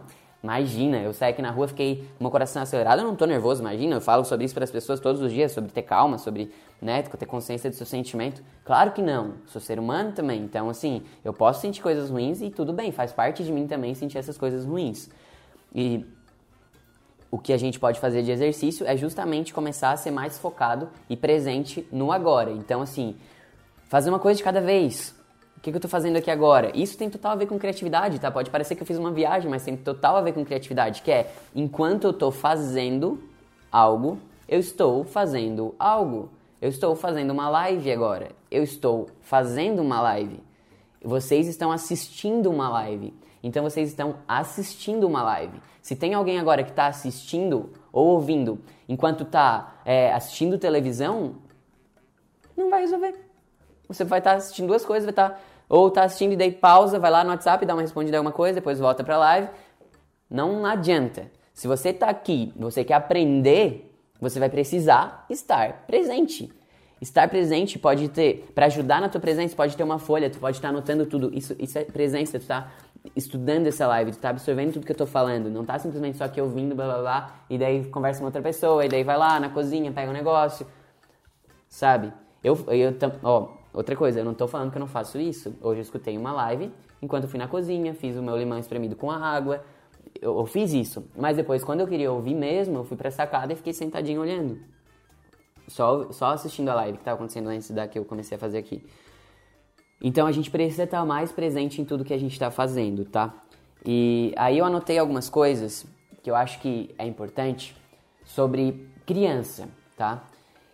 Imagina, eu saí aqui na rua, fiquei com meu coração acelerado, eu não tô nervoso, imagina, eu falo sobre isso para as pessoas todos os dias, sobre ter calma, sobre, né, ter consciência do seu sentimento. Claro que não, sou ser humano também, então assim, eu posso sentir coisas ruins e tudo bem, faz parte de mim também sentir essas coisas ruins. E o que a gente pode fazer de exercício é justamente começar a ser mais focado e presente no agora. Então assim, fazer uma coisa de cada vez. O que, que eu tô fazendo aqui agora? Isso tem total a ver com criatividade, tá? Pode parecer que eu fiz uma viagem, mas tem total a ver com criatividade, que é, enquanto eu tô fazendo algo, eu estou fazendo algo. Eu estou fazendo uma live agora. Eu estou fazendo uma live. Vocês estão assistindo uma live. Então, vocês estão assistindo uma live. Se tem alguém agora que está assistindo ou ouvindo enquanto está é, assistindo televisão, não vai resolver. Você vai estar tá assistindo duas coisas, vai estar... Tá, ou tá assistindo e daí pausa, vai lá no WhatsApp, dá uma respondida a alguma coisa, depois volta pra live. Não adianta. Se você tá aqui, você quer aprender, você vai precisar estar presente. Estar presente pode ter, para ajudar na tua presença, pode ter uma folha, tu pode estar anotando tudo. Isso, isso é presença, tu tá estudando essa live, tu tá absorvendo tudo que eu tô falando. Não tá simplesmente só aqui ouvindo, blá blá blá, e daí conversa com outra pessoa, e daí vai lá na cozinha, pega um negócio. Sabe? Eu, eu, eu ó... Outra coisa, eu não tô falando que eu não faço isso. Hoje eu escutei uma live, enquanto eu fui na cozinha, fiz o meu limão espremido com a água. Eu, eu fiz isso. Mas depois, quando eu queria ouvir mesmo, eu fui pra sacada e fiquei sentadinho olhando. Só, só assistindo a live que tava acontecendo antes da que eu comecei a fazer aqui. Então a gente precisa estar mais presente em tudo que a gente tá fazendo, tá? E aí eu anotei algumas coisas que eu acho que é importante sobre criança, tá?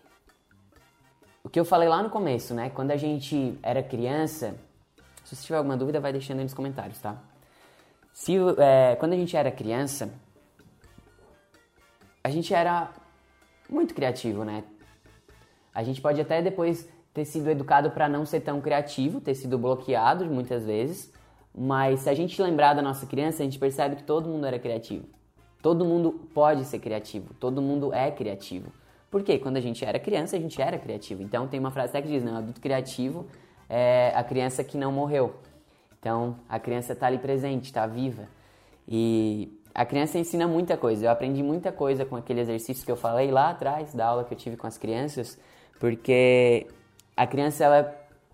O que eu falei lá no começo, né? Quando a gente era criança... Se você tiver alguma dúvida, vai deixando aí nos comentários, tá? Se, é, quando a gente era criança, a gente era muito criativo, né? A gente pode até depois ter sido educado para não ser tão criativo, ter sido bloqueado muitas vezes, mas se a gente lembrar da nossa criança, a gente percebe que todo mundo era criativo. Todo mundo pode ser criativo, todo mundo é criativo. Por quê? Quando a gente era criança, a gente era criativo. Então tem uma frase até que diz, né? O adulto criativo é a criança que não morreu. Então a criança está ali presente, está viva. E a criança ensina muita coisa. Eu aprendi muita coisa com aquele exercício que eu falei lá atrás, da aula que eu tive com as crianças, porque a criança ela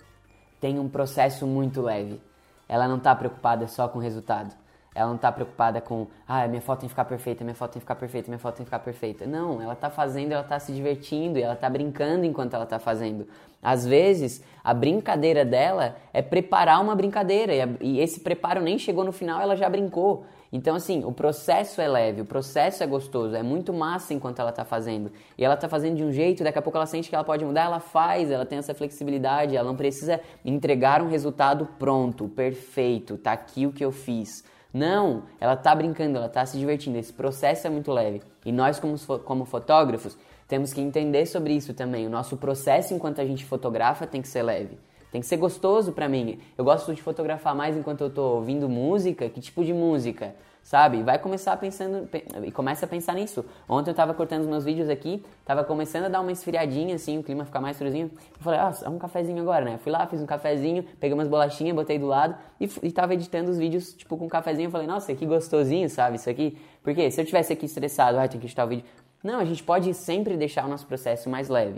tem um processo muito leve. Ela não está preocupada só com o resultado. Ela não tá preocupada com, ah, minha foto tem que ficar perfeita, minha foto tem que ficar perfeita, minha foto tem que ficar perfeita. Não, ela tá fazendo, ela tá se divertindo, ela tá brincando enquanto ela tá fazendo. Às vezes, a brincadeira dela é preparar uma brincadeira, e, a, e esse preparo nem chegou no final, ela já brincou. Então, assim, o processo é leve, o processo é gostoso, é muito massa enquanto ela tá fazendo. E ela tá fazendo de um jeito, daqui a pouco ela sente que ela pode mudar, ela faz, ela tem essa flexibilidade, ela não precisa entregar um resultado pronto, perfeito, tá aqui o que eu fiz. Não, ela tá brincando, ela tá se divertindo, esse processo é muito leve. E nós, como, como fotógrafos, temos que entender sobre isso também. O nosso processo enquanto a gente fotografa tem que ser leve. Tem que ser gostoso pra mim. Eu gosto de fotografar mais enquanto eu tô ouvindo música. Que tipo de música? Sabe? Vai começar pensando... E começa a pensar nisso. Ontem eu tava cortando os meus vídeos aqui. Tava começando a dar uma esfriadinha, assim. O clima ficar mais friozinho. Eu falei, ah, um cafezinho agora, né? Fui lá, fiz um cafezinho. Peguei umas bolachinhas, botei do lado. E, e tava editando os vídeos, tipo, com um cafezinho. Eu falei, nossa, que gostosinho, sabe? Isso aqui. Porque se eu tivesse aqui estressado, ah, tem que editar o vídeo. Não, a gente pode sempre deixar o nosso processo mais leve.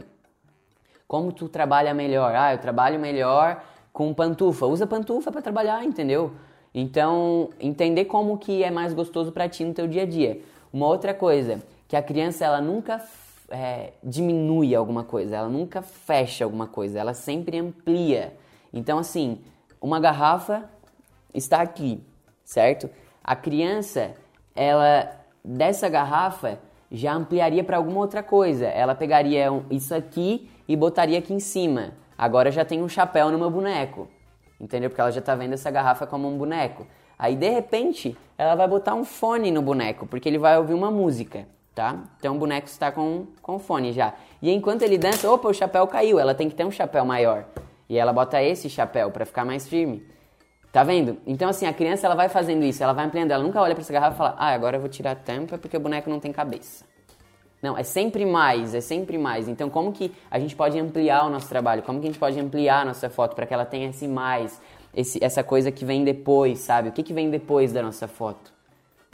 Como tu trabalha melhor? Ah, eu trabalho melhor com pantufa. Usa pantufa para trabalhar, entendeu? Então, entender como que é mais gostoso para ti no teu dia a dia. Uma outra coisa, que a criança ela nunca é, diminui alguma coisa, ela nunca fecha alguma coisa, ela sempre amplia. Então, assim, uma garrafa está aqui, certo? A criança, ela dessa garrafa já ampliaria para alguma outra coisa. Ela pegaria isso aqui e botaria aqui em cima. Agora já tem um chapéu no meu boneco. Entendeu? Porque ela já tá vendo essa garrafa como um boneco. Aí, de repente, ela vai botar um fone no boneco, porque ele vai ouvir uma música, tá? Então, o boneco está com, com fone já. E enquanto ele dança, opa, o chapéu caiu. Ela tem que ter um chapéu maior. E ela bota esse chapéu para ficar mais firme. Tá vendo? Então, assim, a criança, ela vai fazendo isso. Ela vai ampliando. Ela nunca olha pra essa garrafa e fala, ah, agora eu vou tirar a tampa porque o boneco não tem cabeça. Não, é sempre mais, é sempre mais. Então, como que a gente pode ampliar o nosso trabalho? Como que a gente pode ampliar a nossa foto para que ela tenha esse mais, esse, essa coisa que vem depois, sabe? O que, que vem depois da nossa foto?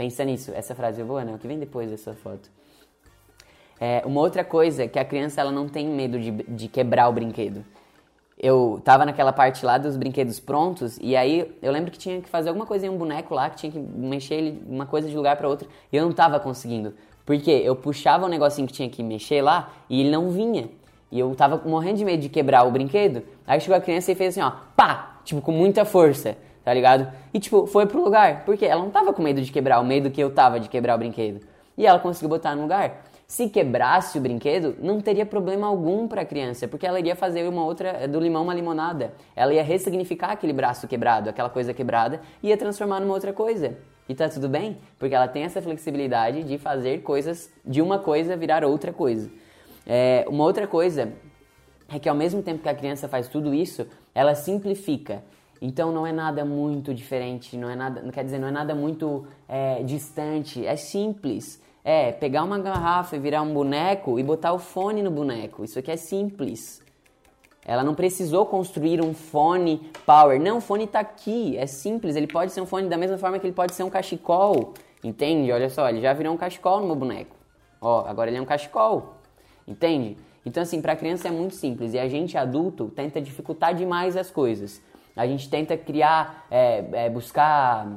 Pensa nisso, essa frase é boa, né? O que vem depois dessa foto? É, uma outra coisa é que a criança ela não tem medo de, de quebrar o brinquedo. Eu tava naquela parte lá dos brinquedos prontos, e aí eu lembro que tinha que fazer alguma coisa em um boneco lá, que tinha que mexer ele uma coisa de lugar para outra, e eu não tava conseguindo. Porque eu puxava um negocinho que tinha que mexer lá, e ele não vinha. E eu tava morrendo de medo de quebrar o brinquedo, aí chegou a criança e fez assim, ó, pá! Tipo, com muita força, tá ligado? E tipo, foi pro lugar, porque ela não tava com medo de quebrar, o medo que eu tava de quebrar o brinquedo. E ela conseguiu botar no lugar. Se quebrasse o brinquedo, não teria problema algum para a criança, porque ela iria fazer uma outra, do limão uma limonada. Ela ia ressignificar aquele braço quebrado, aquela coisa quebrada, e ia transformar numa outra coisa. E tá tudo bem, porque ela tem essa flexibilidade de fazer coisas, de uma coisa virar outra coisa. É, uma outra coisa é que ao mesmo tempo que a criança faz tudo isso, ela simplifica. Então não é nada muito diferente, não é nada, quer dizer, não é nada muito é, distante, é simples. É, pegar uma garrafa e virar um boneco e botar o fone no boneco. Isso aqui é simples. Ela não precisou construir um fone power. Não, o fone tá aqui. É simples. Ele pode ser um fone da mesma forma que ele pode ser um cachecol. Entende? Olha só, ele já virou um cachecol no meu boneco. Ó, agora ele é um cachecol. Entende? Então, assim, pra criança é muito simples. E a gente, adulto, tenta dificultar demais as coisas. A gente tenta criar, é, é, buscar...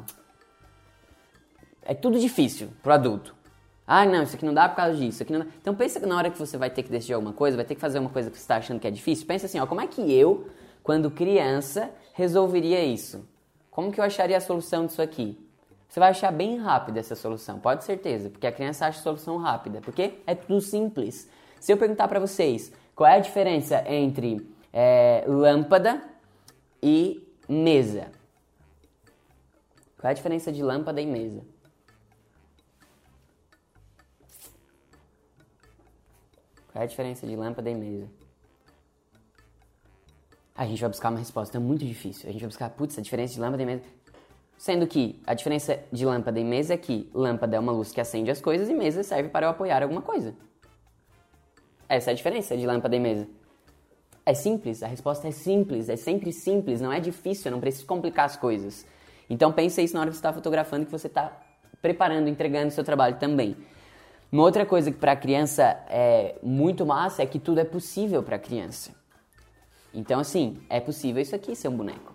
É tudo difícil pro adulto. Ah, não, isso aqui não dá por causa disso. Isso aqui não dá. Então pensa que na hora que você vai ter que decidir alguma coisa, vai ter que fazer uma coisa que você está achando que é difícil, pensa assim, ó, como é que eu, quando criança, resolveria isso? Como que eu acharia a solução disso aqui? Você vai achar bem rápida essa solução, pode ter certeza, porque a criança acha a solução rápida, porque é tudo simples. Se eu perguntar para vocês qual é a diferença entre é, lâmpada e mesa? Qual é a diferença de lâmpada e mesa? Qual é a diferença de lâmpada e mesa? A gente vai buscar uma resposta muito difícil. A gente vai buscar, putz, a diferença de lâmpada e mesa. Sendo que a diferença de lâmpada e mesa é que lâmpada é uma luz que acende as coisas e mesa serve para eu apoiar alguma coisa. Essa é a diferença de lâmpada e mesa. É simples, a resposta é simples, é sempre simples, não é difícil, eu não preciso complicar as coisas. Então pense isso na hora que você está fotografando, que você está preparando, entregando o seu trabalho também. Uma outra coisa que para a criança é muito massa é que tudo é possível para a criança. Então, assim, é possível isso aqui ser um boneco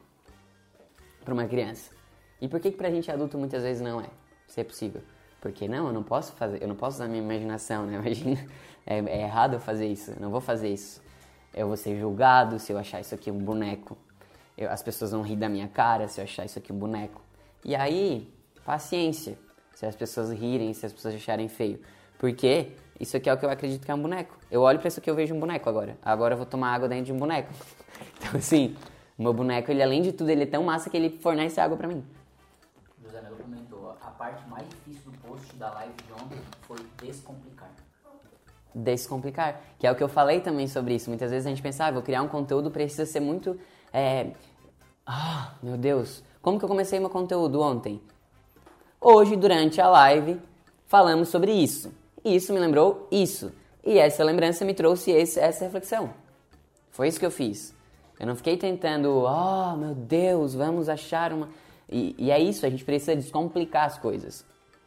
para uma criança. E por que que pra gente adulto muitas vezes não é? Se é possível. Porque não, eu não posso fazer, eu não posso usar minha imaginação, né? Imagina, é, é errado eu fazer isso, eu não vou fazer isso. Eu vou ser julgado se eu achar isso aqui um boneco. Eu, as pessoas vão rir da minha cara se eu achar isso aqui um boneco. E aí, paciência. Se as pessoas rirem, se as pessoas acharem feio. Porque isso aqui é o que eu acredito que é um boneco. Eu olho pra isso aqui e eu vejo um boneco agora. Agora eu vou tomar água dentro de um boneco. Então assim, o meu boneco, ele além de tudo, ele é tão massa que ele fornece água pra mim. José Melo comentou, a parte mais difícil do post da live de ontem foi descomplicar. Descomplicar, que é o que eu falei também sobre isso. Muitas vezes a gente pensa, ah, vou criar um conteúdo, precisa ser muito... É... Ah, meu Deus, como que eu comecei meu conteúdo ontem? Hoje, durante a live, falamos sobre isso. E isso me lembrou isso. E essa lembrança me trouxe esse, essa reflexão. Foi isso que eu fiz. Eu não fiquei tentando, oh, meu Deus, vamos achar uma... E, e é isso, a gente precisa descomplicar as coisas.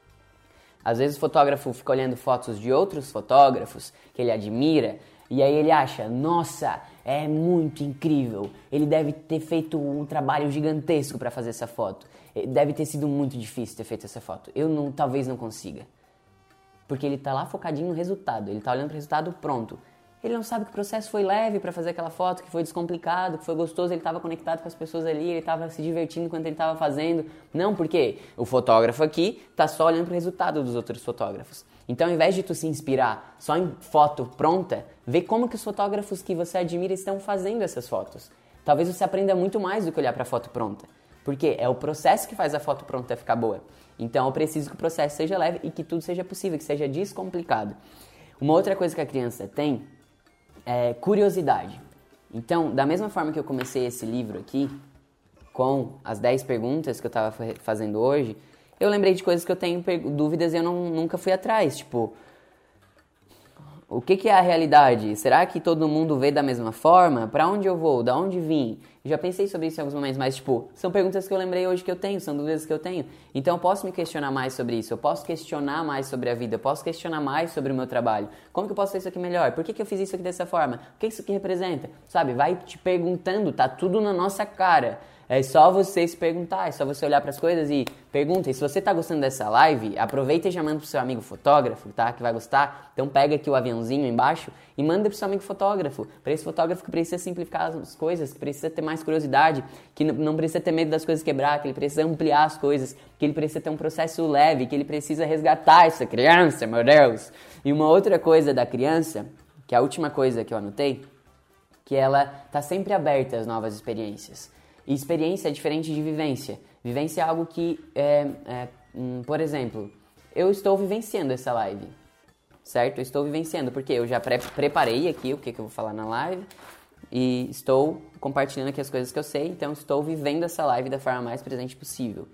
Às vezes o fotógrafo fica olhando fotos de outros fotógrafos que ele admira, e aí ele acha, nossa, é muito incrível. Ele deve ter feito um trabalho gigantesco para fazer essa foto. Deve ter sido muito difícil ter feito essa foto. Eu não, talvez não consiga. Porque ele tá lá focadinho no resultado, ele tá olhando pro resultado pronto. Ele não sabe que o processo foi leve para fazer aquela foto, que foi descomplicado, que foi gostoso, ele estava conectado com as pessoas ali, ele estava se divertindo enquanto ele estava fazendo. Não, porque o fotógrafo aqui tá só olhando pro resultado dos outros fotógrafos. Então, ao invés de tu se inspirar só em foto pronta, vê como que os fotógrafos que você admira estão fazendo essas fotos. Talvez você aprenda muito mais do que olhar para a foto pronta. Porque é o processo que faz a foto pronta ficar boa. Então, eu preciso que o processo seja leve e que tudo seja possível, que seja descomplicado. Uma outra coisa que a criança tem é curiosidade. Então, da mesma forma que eu comecei esse livro aqui, com as dez perguntas que eu estava fazendo hoje, eu lembrei de coisas que eu tenho dúvidas e eu não, nunca fui atrás. Tipo, o que, que é a realidade? Será que todo mundo vê da mesma forma? Pra onde eu vou? Da onde vim? Eu já pensei sobre isso em alguns momentos, mas, tipo, são perguntas que eu lembrei hoje que eu tenho, são dúvidas que eu tenho. Então, eu posso me questionar mais sobre isso, eu posso questionar mais sobre a vida, eu posso questionar mais sobre o meu trabalho. Como que eu posso fazer isso aqui melhor? Por que, que eu fiz isso aqui dessa forma? O que isso aqui representa? Sabe? Vai te perguntando, tá tudo na nossa cara. É só você se perguntar, é só você olhar pras coisas e pergunta. E se você tá gostando dessa live, aproveita e já manda pro seu amigo fotógrafo, tá? Que vai gostar. Então pega aqui o aviãozinho embaixo e manda pro seu amigo fotógrafo. Para esse fotógrafo que precisa simplificar as coisas, que precisa ter mais curiosidade, que não precisa ter medo das coisas quebrar, que ele precisa ampliar as coisas, que ele precisa ter um processo leve, que ele precisa resgatar essa criança, meu Deus. E uma outra coisa da criança, que é a última coisa que eu anotei, que ela tá sempre aberta às novas experiências. E experiência é diferente de vivência. Vivência é algo que, é, é, hum, por exemplo, eu estou vivenciando essa live, certo? Eu estou vivenciando, porque eu já pre- preparei aqui o que, que eu vou falar na live e estou compartilhando aqui as coisas que eu sei, então estou vivendo essa live da forma mais presente possível.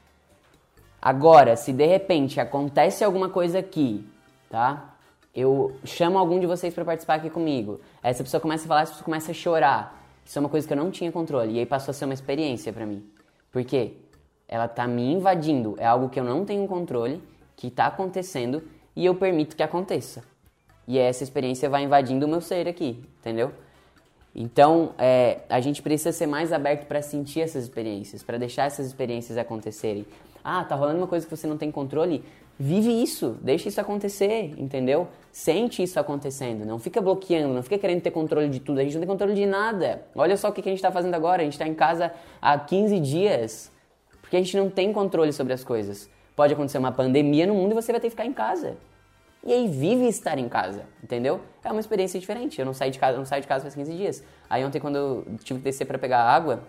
Agora, se de repente acontece alguma coisa aqui, tá? Eu chamo algum de vocês para participar aqui comigo. Essa pessoa começa a falar, essa pessoa começa a chorar. Isso é uma coisa que eu não tinha controle. E aí passou a ser uma experiência pra mim. Por quê? Ela tá me invadindo. É algo que eu não tenho controle, que tá acontecendo, e eu permito que aconteça. E essa experiência vai invadindo o meu ser aqui, entendeu? Então, é, a gente precisa ser mais aberto pra sentir essas experiências, pra deixar essas experiências acontecerem. Ah, tá rolando uma coisa que você não tem controle? Vive isso, deixa isso acontecer, entendeu? Sente isso acontecendo, não fica bloqueando, não fica querendo ter controle de tudo, a gente não tem controle de nada. Olha só o que a gente tá fazendo agora, a gente tá em casa há quinze dias, porque a gente não tem controle sobre as coisas. Pode acontecer uma pandemia no mundo e você vai ter que ficar em casa. E aí vive estar em casa, entendeu? É uma experiência diferente, eu não saí de casa, eu não saio de casa faz quinze dias. Aí ontem quando eu tive que descer pra pegar água,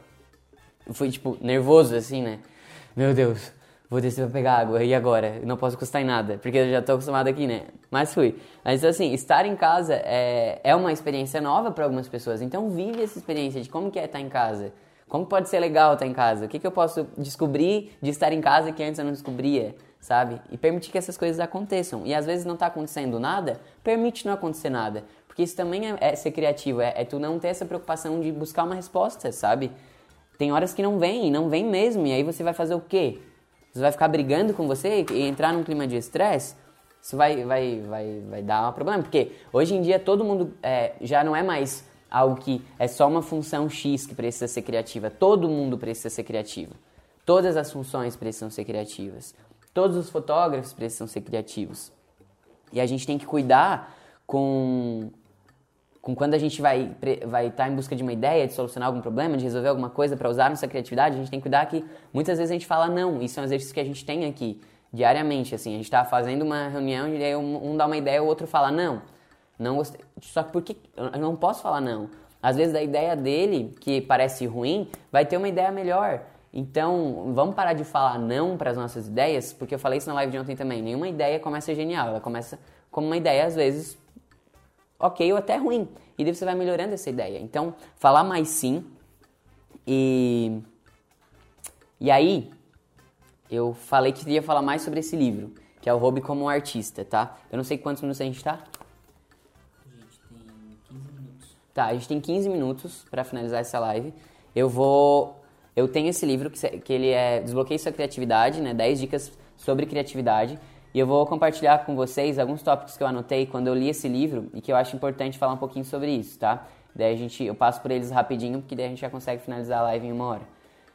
eu fui tipo nervoso assim, né? Meu Deus... Vou descer pra pegar água, e agora? Não posso custar em nada, porque eu já tô acostumado aqui, né? Mas fui. Mas assim, estar em casa é, é uma experiência nova para algumas pessoas. Então vive essa experiência de como que é estar em casa. Como pode ser legal estar em casa? O que, que eu posso descobrir de estar em casa que antes eu não descobria, sabe? E permitir que essas coisas aconteçam. E às vezes não tá acontecendo nada, permite não acontecer nada. Porque isso também é, é ser criativo, é, é tu não ter essa preocupação de buscar uma resposta, sabe? Tem horas que não vem, não vem mesmo, e aí você vai fazer o quê? Você vai ficar brigando com você e entrar num clima de estresse? Isso vai, vai, vai, vai dar um problema. Porque hoje em dia todo mundo é, já não é mais algo que é só uma função X que precisa ser criativa. Todo mundo precisa ser criativo. Todas as funções precisam ser criativas. Todos os fotógrafos precisam ser criativos. E a gente tem que cuidar com... com quando a gente vai vai estar em busca de uma ideia, de solucionar algum problema, de resolver alguma coisa para usar nossa criatividade, a gente tem que cuidar que muitas vezes a gente fala não. Isso é um exercício que a gente tem aqui diariamente, assim, a gente está fazendo uma reunião e aí um, um dá uma ideia, o outro fala não, não gostei. Só que por que eu não posso falar não? Às vezes a ideia dele, que parece ruim, vai ter uma ideia melhor. Então, vamos parar de falar não para as nossas ideias, porque eu falei isso na live de ontem também. Nenhuma ideia começa genial, ela começa como uma ideia, às vezes, ok ou até ruim. E daí você vai melhorando essa ideia. Então, falar mais sim. E, e aí, eu falei que queria falar mais sobre esse livro, que é o Hobby como um Artista, tá? Eu não sei quantos minutos a gente tá. A gente tem quinze minutos. Tá, a gente tem quinze minutos para finalizar essa live. Eu vou... Eu tenho esse livro que, que ele é Desbloqueie Sua Criatividade, né? dez dicas sobre criatividade. E eu vou compartilhar com vocês alguns tópicos que eu anotei quando eu li esse livro e que eu acho importante falar um pouquinho sobre isso, tá? Daí a gente, eu passo por eles rapidinho, porque daí a gente já consegue finalizar a live em uma hora.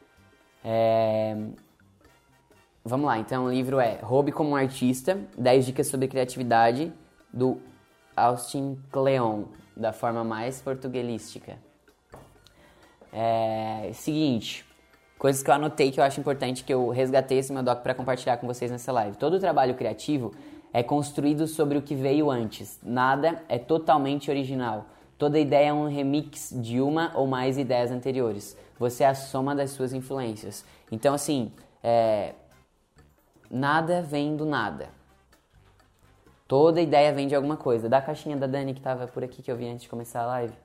É... Vamos lá, então o livro é Hobby como um Artista, dez dicas sobre criatividade, do Austin Kleon, da forma mais portuguelística. É... Seguinte... Coisas que eu anotei que eu acho importante, que eu resgatei esse meu doc para compartilhar com vocês nessa live. Todo o trabalho criativo é construído sobre o que veio antes. Nada é totalmente original. Toda ideia é um remix de uma ou mais ideias anteriores. Você é a soma das suas influências. Então, assim, é... nada vem do nada. Toda ideia vem de alguma coisa. Da caixinha da Dani que estava por aqui, que eu vi antes de começar a live.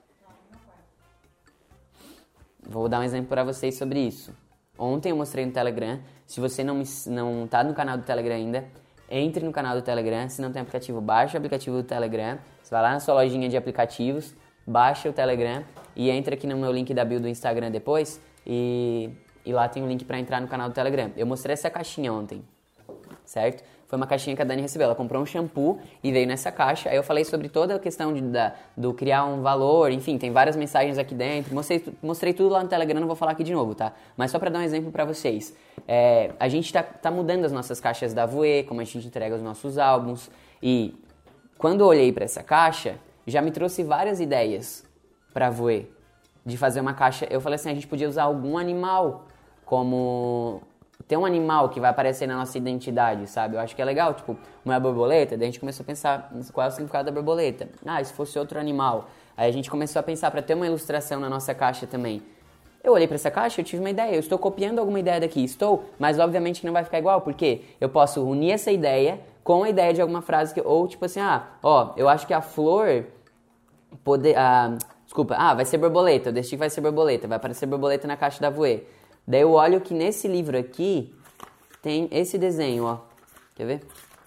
Vou dar um exemplo para vocês sobre isso. Ontem eu mostrei no Telegram. Se você não, me, não tá no canal do Telegram ainda, entre no canal do Telegram. Se não tem aplicativo, baixa o aplicativo do Telegram. Você vai lá na sua lojinha de aplicativos, baixa o Telegram e entra aqui no meu link da bio do Instagram depois e, e lá tem um link para entrar no canal do Telegram. Eu mostrei essa caixinha ontem, certo? Foi uma caixinha que a Dani recebeu. Ela comprou um shampoo e veio nessa caixa. Aí eu falei sobre toda a questão de, da, do criar um valor. Enfim, tem várias mensagens aqui dentro. Mostrei, mostrei tudo lá no Telegram, não vou falar aqui de novo, tá? Mas só para dar um exemplo para vocês. É, a gente tá, tá mudando as nossas caixas da Voe, como a gente entrega os nossos álbuns. E quando eu olhei para essa caixa, já me trouxe várias ideias para a Voe. De fazer uma caixa... Eu falei assim, a gente podia usar algum animal como... Tem um animal que vai aparecer na nossa identidade, sabe? Eu acho que é legal, tipo, uma borboleta. Daí a gente começou a pensar qual é o significado da borboleta. Ah, e se fosse outro animal? Aí a gente começou a pensar para ter uma ilustração na nossa caixa também. Eu olhei para essa caixa e eu tive uma ideia. Eu estou copiando alguma ideia daqui, estou, mas obviamente não vai ficar igual, porque eu posso unir essa ideia com a ideia de alguma frase que... Ou tipo assim, ah, ó, eu acho que a flor... Poder, ah, desculpa, ah, vai ser borboleta. Eu decidi que vai ser borboleta. Vai aparecer borboleta na caixa da Voe. Daí eu olho que nesse livro aqui tem esse desenho, ó. Quer ver?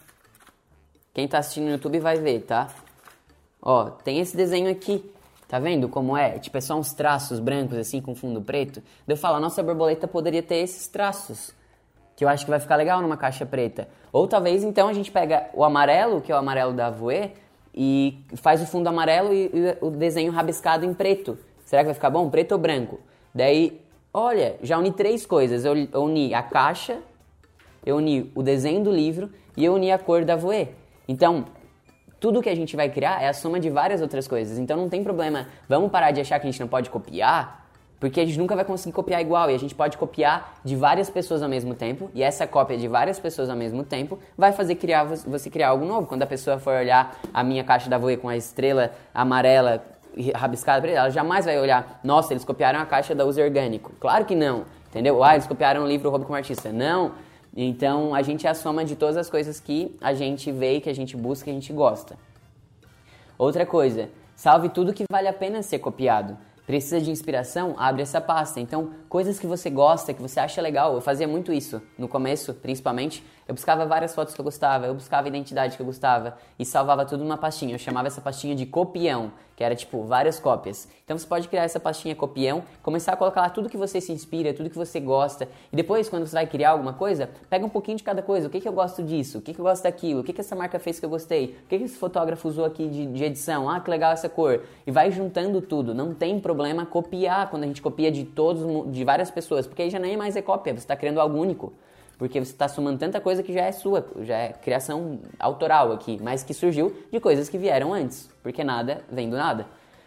Quem tá assistindo no YouTube vai ver, tá? Ó, tem esse desenho aqui. Tá vendo como é? Tipo, é só uns traços brancos assim com fundo preto. Daí eu falo, a nossa borboleta poderia ter esses traços. Que eu acho que vai ficar legal numa caixa preta. Ou talvez então a gente pega o amarelo, que é o amarelo da Voe, e faz o fundo amarelo e, e o desenho rabiscado em preto. Será que vai ficar bom? Preto ou branco? Daí... Olha, já uni três coisas. Eu, eu uni a caixa, eu uni o desenho do livro e eu uni a cor da Voe. Então, tudo que a gente vai criar é a soma de várias outras coisas. Então não tem problema. Vamos parar de achar que a gente não pode copiar, porque a gente nunca vai conseguir copiar igual. E a gente pode copiar de várias pessoas ao mesmo tempo. E essa cópia de várias pessoas ao mesmo tempo vai fazer criar, você criar algo novo. Quando a pessoa for olhar a minha caixa da Voe com a estrela amarela rabiscada, ela jamais vai olhar, nossa, eles copiaram a caixa da Uso Orgânico. Claro que não, entendeu? Ah, eles copiaram o livro Roubo como Artista. Não. Então, a gente é a soma de todas as coisas que a gente vê, que a gente busca, que a gente gosta. Outra coisa, salve tudo que vale a pena ser copiado. Precisa de inspiração? Abre essa pasta. Então, coisas que você gosta, que você acha legal. Eu fazia muito isso no começo, principalmente. Eu buscava várias fotos que eu gostava, eu buscava a identidade que eu gostava e salvava tudo numa pastinha. Eu chamava essa pastinha de copião, que era tipo várias cópias. Então você pode criar essa pastinha copião, começar a colocar lá tudo que você se inspira, tudo que você gosta. E depois, quando você vai criar alguma coisa, pega um pouquinho de cada coisa. O que, que eu gosto disso? O que, que eu gosto daquilo? O que, que essa marca fez que eu gostei? O que, que esse fotógrafo usou aqui de, de edição? Ah, que legal essa cor. E vai juntando tudo. Não tem problema copiar quando a gente copia de todos, de várias pessoas, porque aí já nem mais é cópia, você está criando algo único. Porque você está somando tanta coisa que já é sua, já é criação autoral aqui, mas que surgiu de coisas que vieram antes, porque nada vem do nada.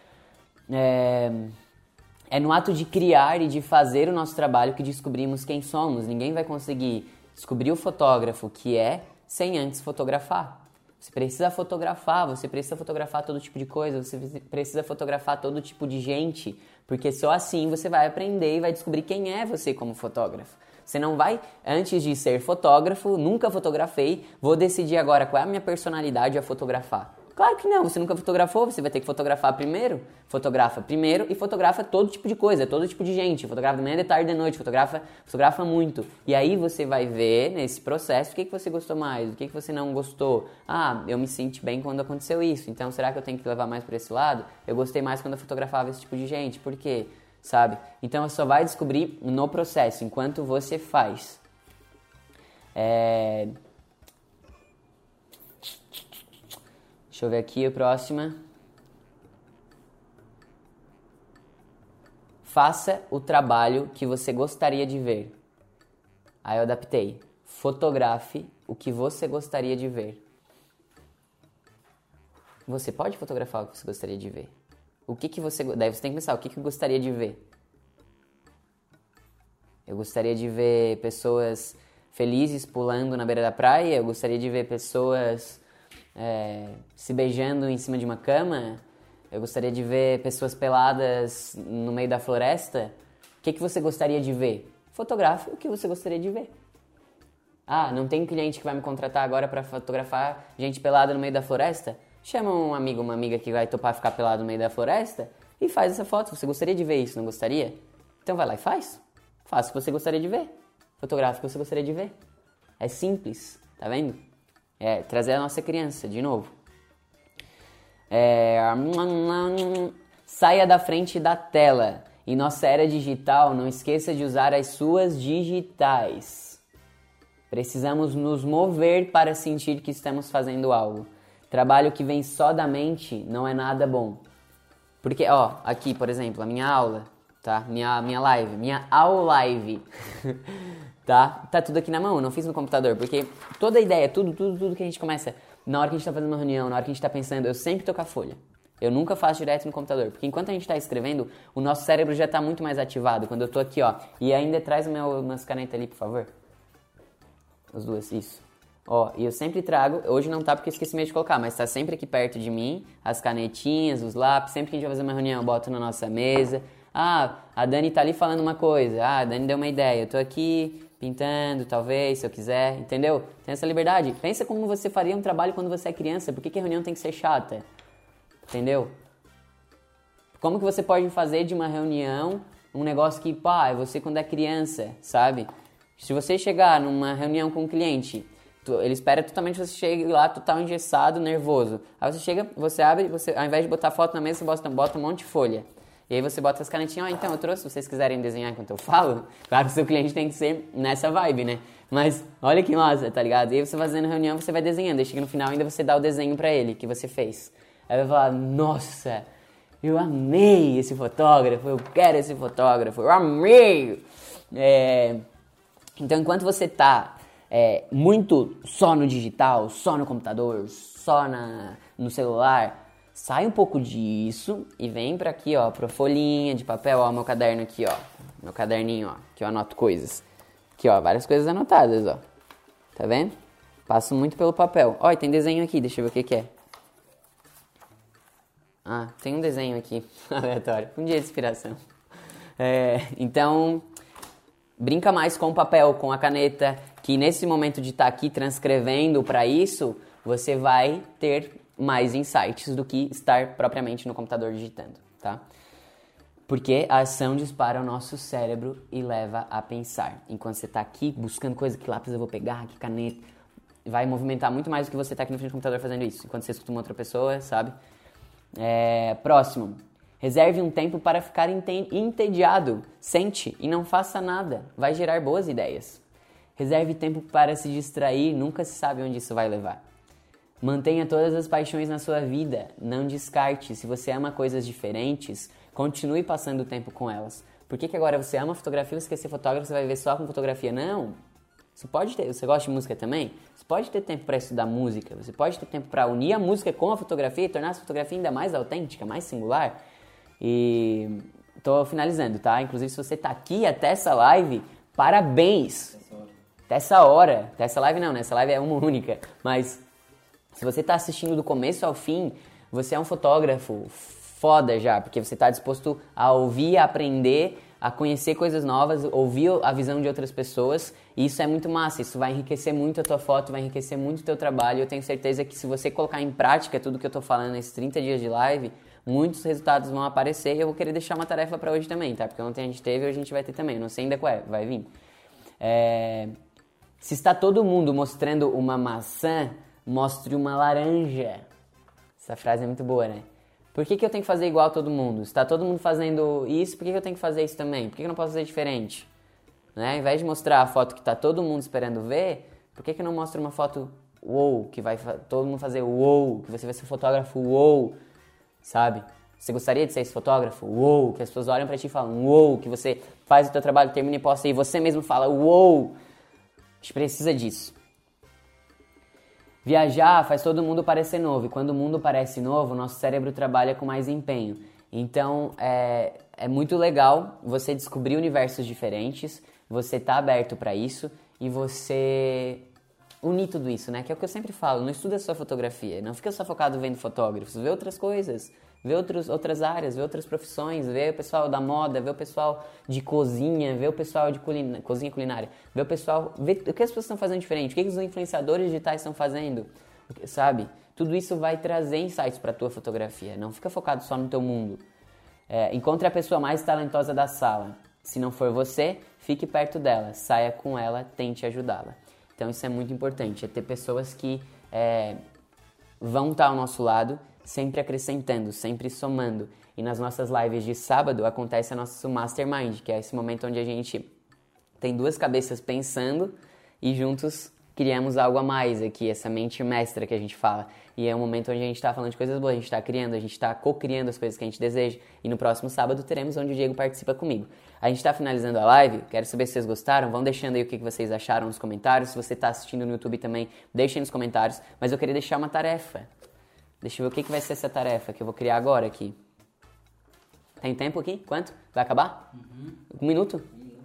É, é no ato de criar e de fazer o nosso trabalho que descobrimos quem somos. Ninguém vai conseguir descobrir o fotógrafo que é sem antes fotografar. Você precisa fotografar, você precisa fotografar todo tipo de coisa, você precisa fotografar todo tipo de gente, porque só assim você vai aprender e vai descobrir quem é você como fotógrafo. Você não vai, antes de ser fotógrafo, nunca fotografei, vou decidir agora qual é a minha personalidade a fotografar. Claro que não, você nunca fotografou, você vai ter que fotografar primeiro. Fotografa primeiro e fotografa todo tipo de coisa, todo tipo de gente. Fotografa de manhã, de tarde, de noite, fotografa, fotografa muito. E aí você vai ver nesse processo o que, que você gostou mais, o que, que você não gostou. Ah, eu me senti bem quando aconteceu isso, então será que eu tenho que levar mais para esse lado? Eu gostei mais quando eu fotografava esse tipo de gente, por quê? Sabe? Então você só vai descobrir no processo, enquanto você faz. É... Deixa eu ver aqui a próxima. Faça o trabalho que você gostaria de ver. Aí eu adaptei. Fotografe o que você gostaria de ver. Você pode fotografar o que você gostaria de ver. O que que você... Daí você tem que pensar, o que que eu gostaria de ver? Eu gostaria de ver pessoas felizes pulando na beira da praia. Eu gostaria de ver pessoas... É, se beijando em cima de uma cama. Eu gostaria de ver pessoas peladas no meio da floresta. O que, que você gostaria de ver? Fotografe o que você gostaria de ver. Ah, não tem cliente que vai me contratar agora para fotografar gente pelada no meio da floresta? Chama um amigo, uma amiga que vai topar ficar pelado no meio da floresta e faz essa foto. Você gostaria de ver isso, não gostaria? Então vai lá e faz. Faça o que você gostaria de ver. Fotografe o que você gostaria de ver. É simples, tá vendo? É, trazer a nossa criança, de novo. É... Saia da frente da tela. Em nossa era digital, não esqueça de usar as suas digitais. Precisamos nos mover para sentir que estamos fazendo algo. Trabalho que vem só da mente não é nada bom. Porque, ó, aqui, por exemplo, a minha aula, tá? Minha, minha live, minha aula live, tá? Tá tudo aqui na mão, eu não fiz no computador, porque toda a ideia, tudo, tudo, tudo que a gente começa, na hora que a gente tá fazendo uma reunião, na hora que a gente tá pensando, eu sempre tô com a folha. Eu nunca faço direto no computador, porque enquanto a gente tá escrevendo, o nosso cérebro já tá muito mais ativado. Quando eu tô aqui, ó, e ainda traz meu, umas canetas ali, por favor. As duas, isso. Ó, e eu sempre trago, hoje não tá porque eu esqueci meio de colocar, mas tá sempre aqui perto de mim, as canetinhas, os lápis, sempre que a gente vai fazer uma reunião, eu boto na nossa mesa. Ah, a Dani tá ali falando uma coisa, ah, a Dani deu uma ideia, eu tô aqui pintando, talvez, se eu quiser, entendeu? Tem essa liberdade. Pensa como você faria um trabalho quando você é criança, por que que a reunião tem que ser chata? Entendeu? Como que você pode fazer de uma reunião um negócio que, pá, é você quando é criança, sabe? Se você chegar numa reunião com um cliente, tu, ele espera totalmente que você chegue lá total engessado, nervoso. Aí você chega, você abre, você, ao invés de botar foto na mesa, você bota, bota um monte de folha. E aí você bota as canetinhas, ó, então eu trouxe, se vocês quiserem desenhar enquanto eu falo, claro que o seu cliente tem que ser nessa vibe, né? Mas olha que massa, tá ligado? E aí você fazendo reunião, você vai desenhando, aí chega no final ainda você dá o desenho pra ele, que você fez. Aí vai falar, nossa, eu amei esse fotógrafo, eu quero esse fotógrafo, eu amei! É... Então, enquanto você tá é, muito só no digital, só no computador, só na, no celular, sai um pouco disso e vem pra aqui, ó, pra folhinha de papel, ó, meu caderno aqui, ó, meu caderninho, ó, que eu anoto coisas. Aqui, ó, várias coisas anotadas, ó, tá vendo? Passo muito pelo papel. Ó, e tem desenho aqui, deixa eu ver o que que é. Ah, tem um desenho aqui, aleatório, um dia de inspiração. É, então... Brinca mais com o papel, com a caneta, que nesse momento de estar tá aqui transcrevendo para isso, você vai ter mais insights do que estar propriamente no computador digitando, tá? Porque a ação dispara o nosso cérebro e leva a pensar. Enquanto você está aqui buscando coisa, que lápis eu vou pegar, que caneta, vai movimentar muito mais do que você está aqui no frente do computador fazendo isso. Enquanto você escuta uma outra pessoa, sabe? É, próximo. Reserve um tempo para ficar entediado. Sente e não faça nada. Vai gerar boas ideias. Reserve tempo para se distrair. Nunca se sabe onde isso vai levar. Mantenha todas as paixões na sua vida. Não descarte. Se você ama coisas diferentes, continue passando tempo com elas. Por que que agora você ama fotografia e você quer ser fotógrafo, você vai ver só com fotografia? Não. Você pode ter, você gosta de música também? Você pode ter tempo para estudar música. Você pode ter tempo para unir a música com a fotografia e tornar a fotografia ainda mais autêntica, mais singular. E tô finalizando, tá? Inclusive, se você tá aqui até essa live, parabéns! Até essa hora. Até essa live não, né? Essa live é uma única. Mas se você tá assistindo do começo ao fim, você é um fotógrafo foda já, porque você tá disposto a ouvir, a aprender, a conhecer coisas novas, ouvir a visão de outras pessoas. E isso é muito massa. Isso vai enriquecer muito a tua foto, vai enriquecer muito o teu trabalho. Eu tenho certeza que se você colocar em prática tudo que eu tô falando nesses trinta dias de live, muitos resultados vão aparecer e eu vou querer deixar uma tarefa para hoje também, tá? Porque ontem a gente teve e hoje a gente vai ter também. Eu não sei ainda qual é, vai vir. É... Se está todo mundo mostrando uma maçã, mostre uma laranja. Essa frase é muito boa, né? Por que que eu tenho que fazer igual a todo mundo? Se está todo mundo fazendo isso, por que que eu tenho que fazer isso também? Por que que eu não posso fazer diferente? Né? Ao invés de mostrar a foto que está todo mundo esperando ver, por que que eu não mostro uma foto uou, que vai todo mundo fazer uou, que você vai ser fotógrafo uou, sabe? Você gostaria de ser esse fotógrafo? Uou! Que as pessoas olham pra ti e falam uou! Que você faz o teu trabalho, termina e posta e você mesmo fala uou! A gente precisa disso. Viajar faz todo mundo parecer novo. E quando o mundo parece novo, o nosso cérebro trabalha com mais empenho. Então, é, é muito legal você descobrir universos diferentes, você tá aberto pra isso e você... unir tudo isso, né? Que é o que eu sempre falo, não estuda só fotografia, não fica só focado vendo fotógrafos, vê outras coisas, vê outros, outras áreas, vê outras profissões, vê o pessoal da moda, vê o pessoal de cozinha, vê o pessoal de culina, cozinha culinária, vê o pessoal, vê o que as pessoas estão fazendo diferente, o que os influenciadores digitais estão fazendo, sabe? Tudo isso vai trazer insights para a tua fotografia, não fica focado só no teu mundo. É, encontre a pessoa mais talentosa da sala, se não for você, fique perto dela, saia com ela, tente ajudá-la. Então isso é muito importante, é ter pessoas que é, vão estar ao nosso lado, sempre acrescentando, sempre somando. E nas nossas lives de sábado acontece o nosso Mastermind, que é esse momento onde a gente tem duas cabeças pensando e juntos criamos algo a mais aqui, essa mente mestra que a gente fala. E é um momento onde a gente está falando de coisas boas, a gente está criando, a gente está co-criando as coisas que a gente deseja. E no próximo sábado teremos onde o Diego participa comigo. A gente está finalizando a live, quero saber se vocês gostaram, vão deixando aí o que vocês acharam nos comentários. Se você está assistindo no YouTube também, deixem nos comentários. Mas eu queria deixar uma tarefa. Deixa eu ver o que vai ser essa tarefa que eu vou criar agora aqui. Tem tempo aqui? Quanto? Vai acabar? Uhum. Um minuto?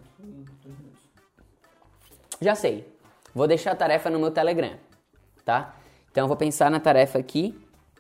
Já sei. Vou deixar a tarefa no meu Telegram, tá? Então eu vou pensar na tarefa aqui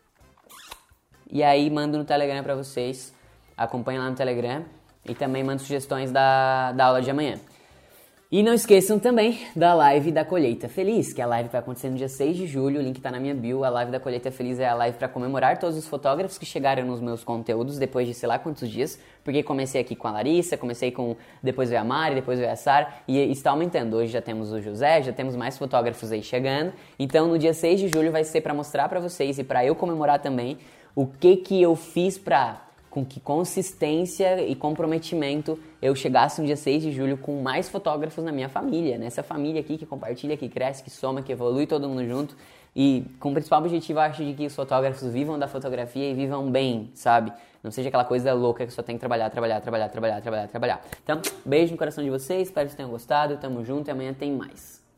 e aí mando no Telegram pra vocês. Acompanhem lá no Telegram e também mando sugestões da, da aula de amanhã. E não esqueçam também da live da Colheita Feliz, que é a live vai acontecer no dia seis de julho, o link tá na minha bio. A live da Colheita Feliz é a live para comemorar todos os fotógrafos que chegaram nos meus conteúdos depois de sei lá quantos dias, porque comecei aqui com a Larissa, comecei com, depois veio a Mari, depois veio a Sara, e está aumentando. Hoje já temos o José, já temos mais fotógrafos aí chegando. Então no dia seis de julho vai ser para mostrar para vocês e para eu comemorar também o que que eu fiz pra... com que consistência e comprometimento eu chegasse no dia seis de julho com mais fotógrafos na minha família, nessa família aqui que compartilha, que cresce, que soma, que evolui todo mundo junto. E com o principal objetivo, eu acho, de que os fotógrafos vivam da fotografia e vivam bem, sabe? Não seja aquela coisa louca que só tem que trabalhar, trabalhar, trabalhar, trabalhar, trabalhar, trabalhar. Então, beijo no coração de vocês, espero que vocês tenham gostado, tamo junto e amanhã tem mais.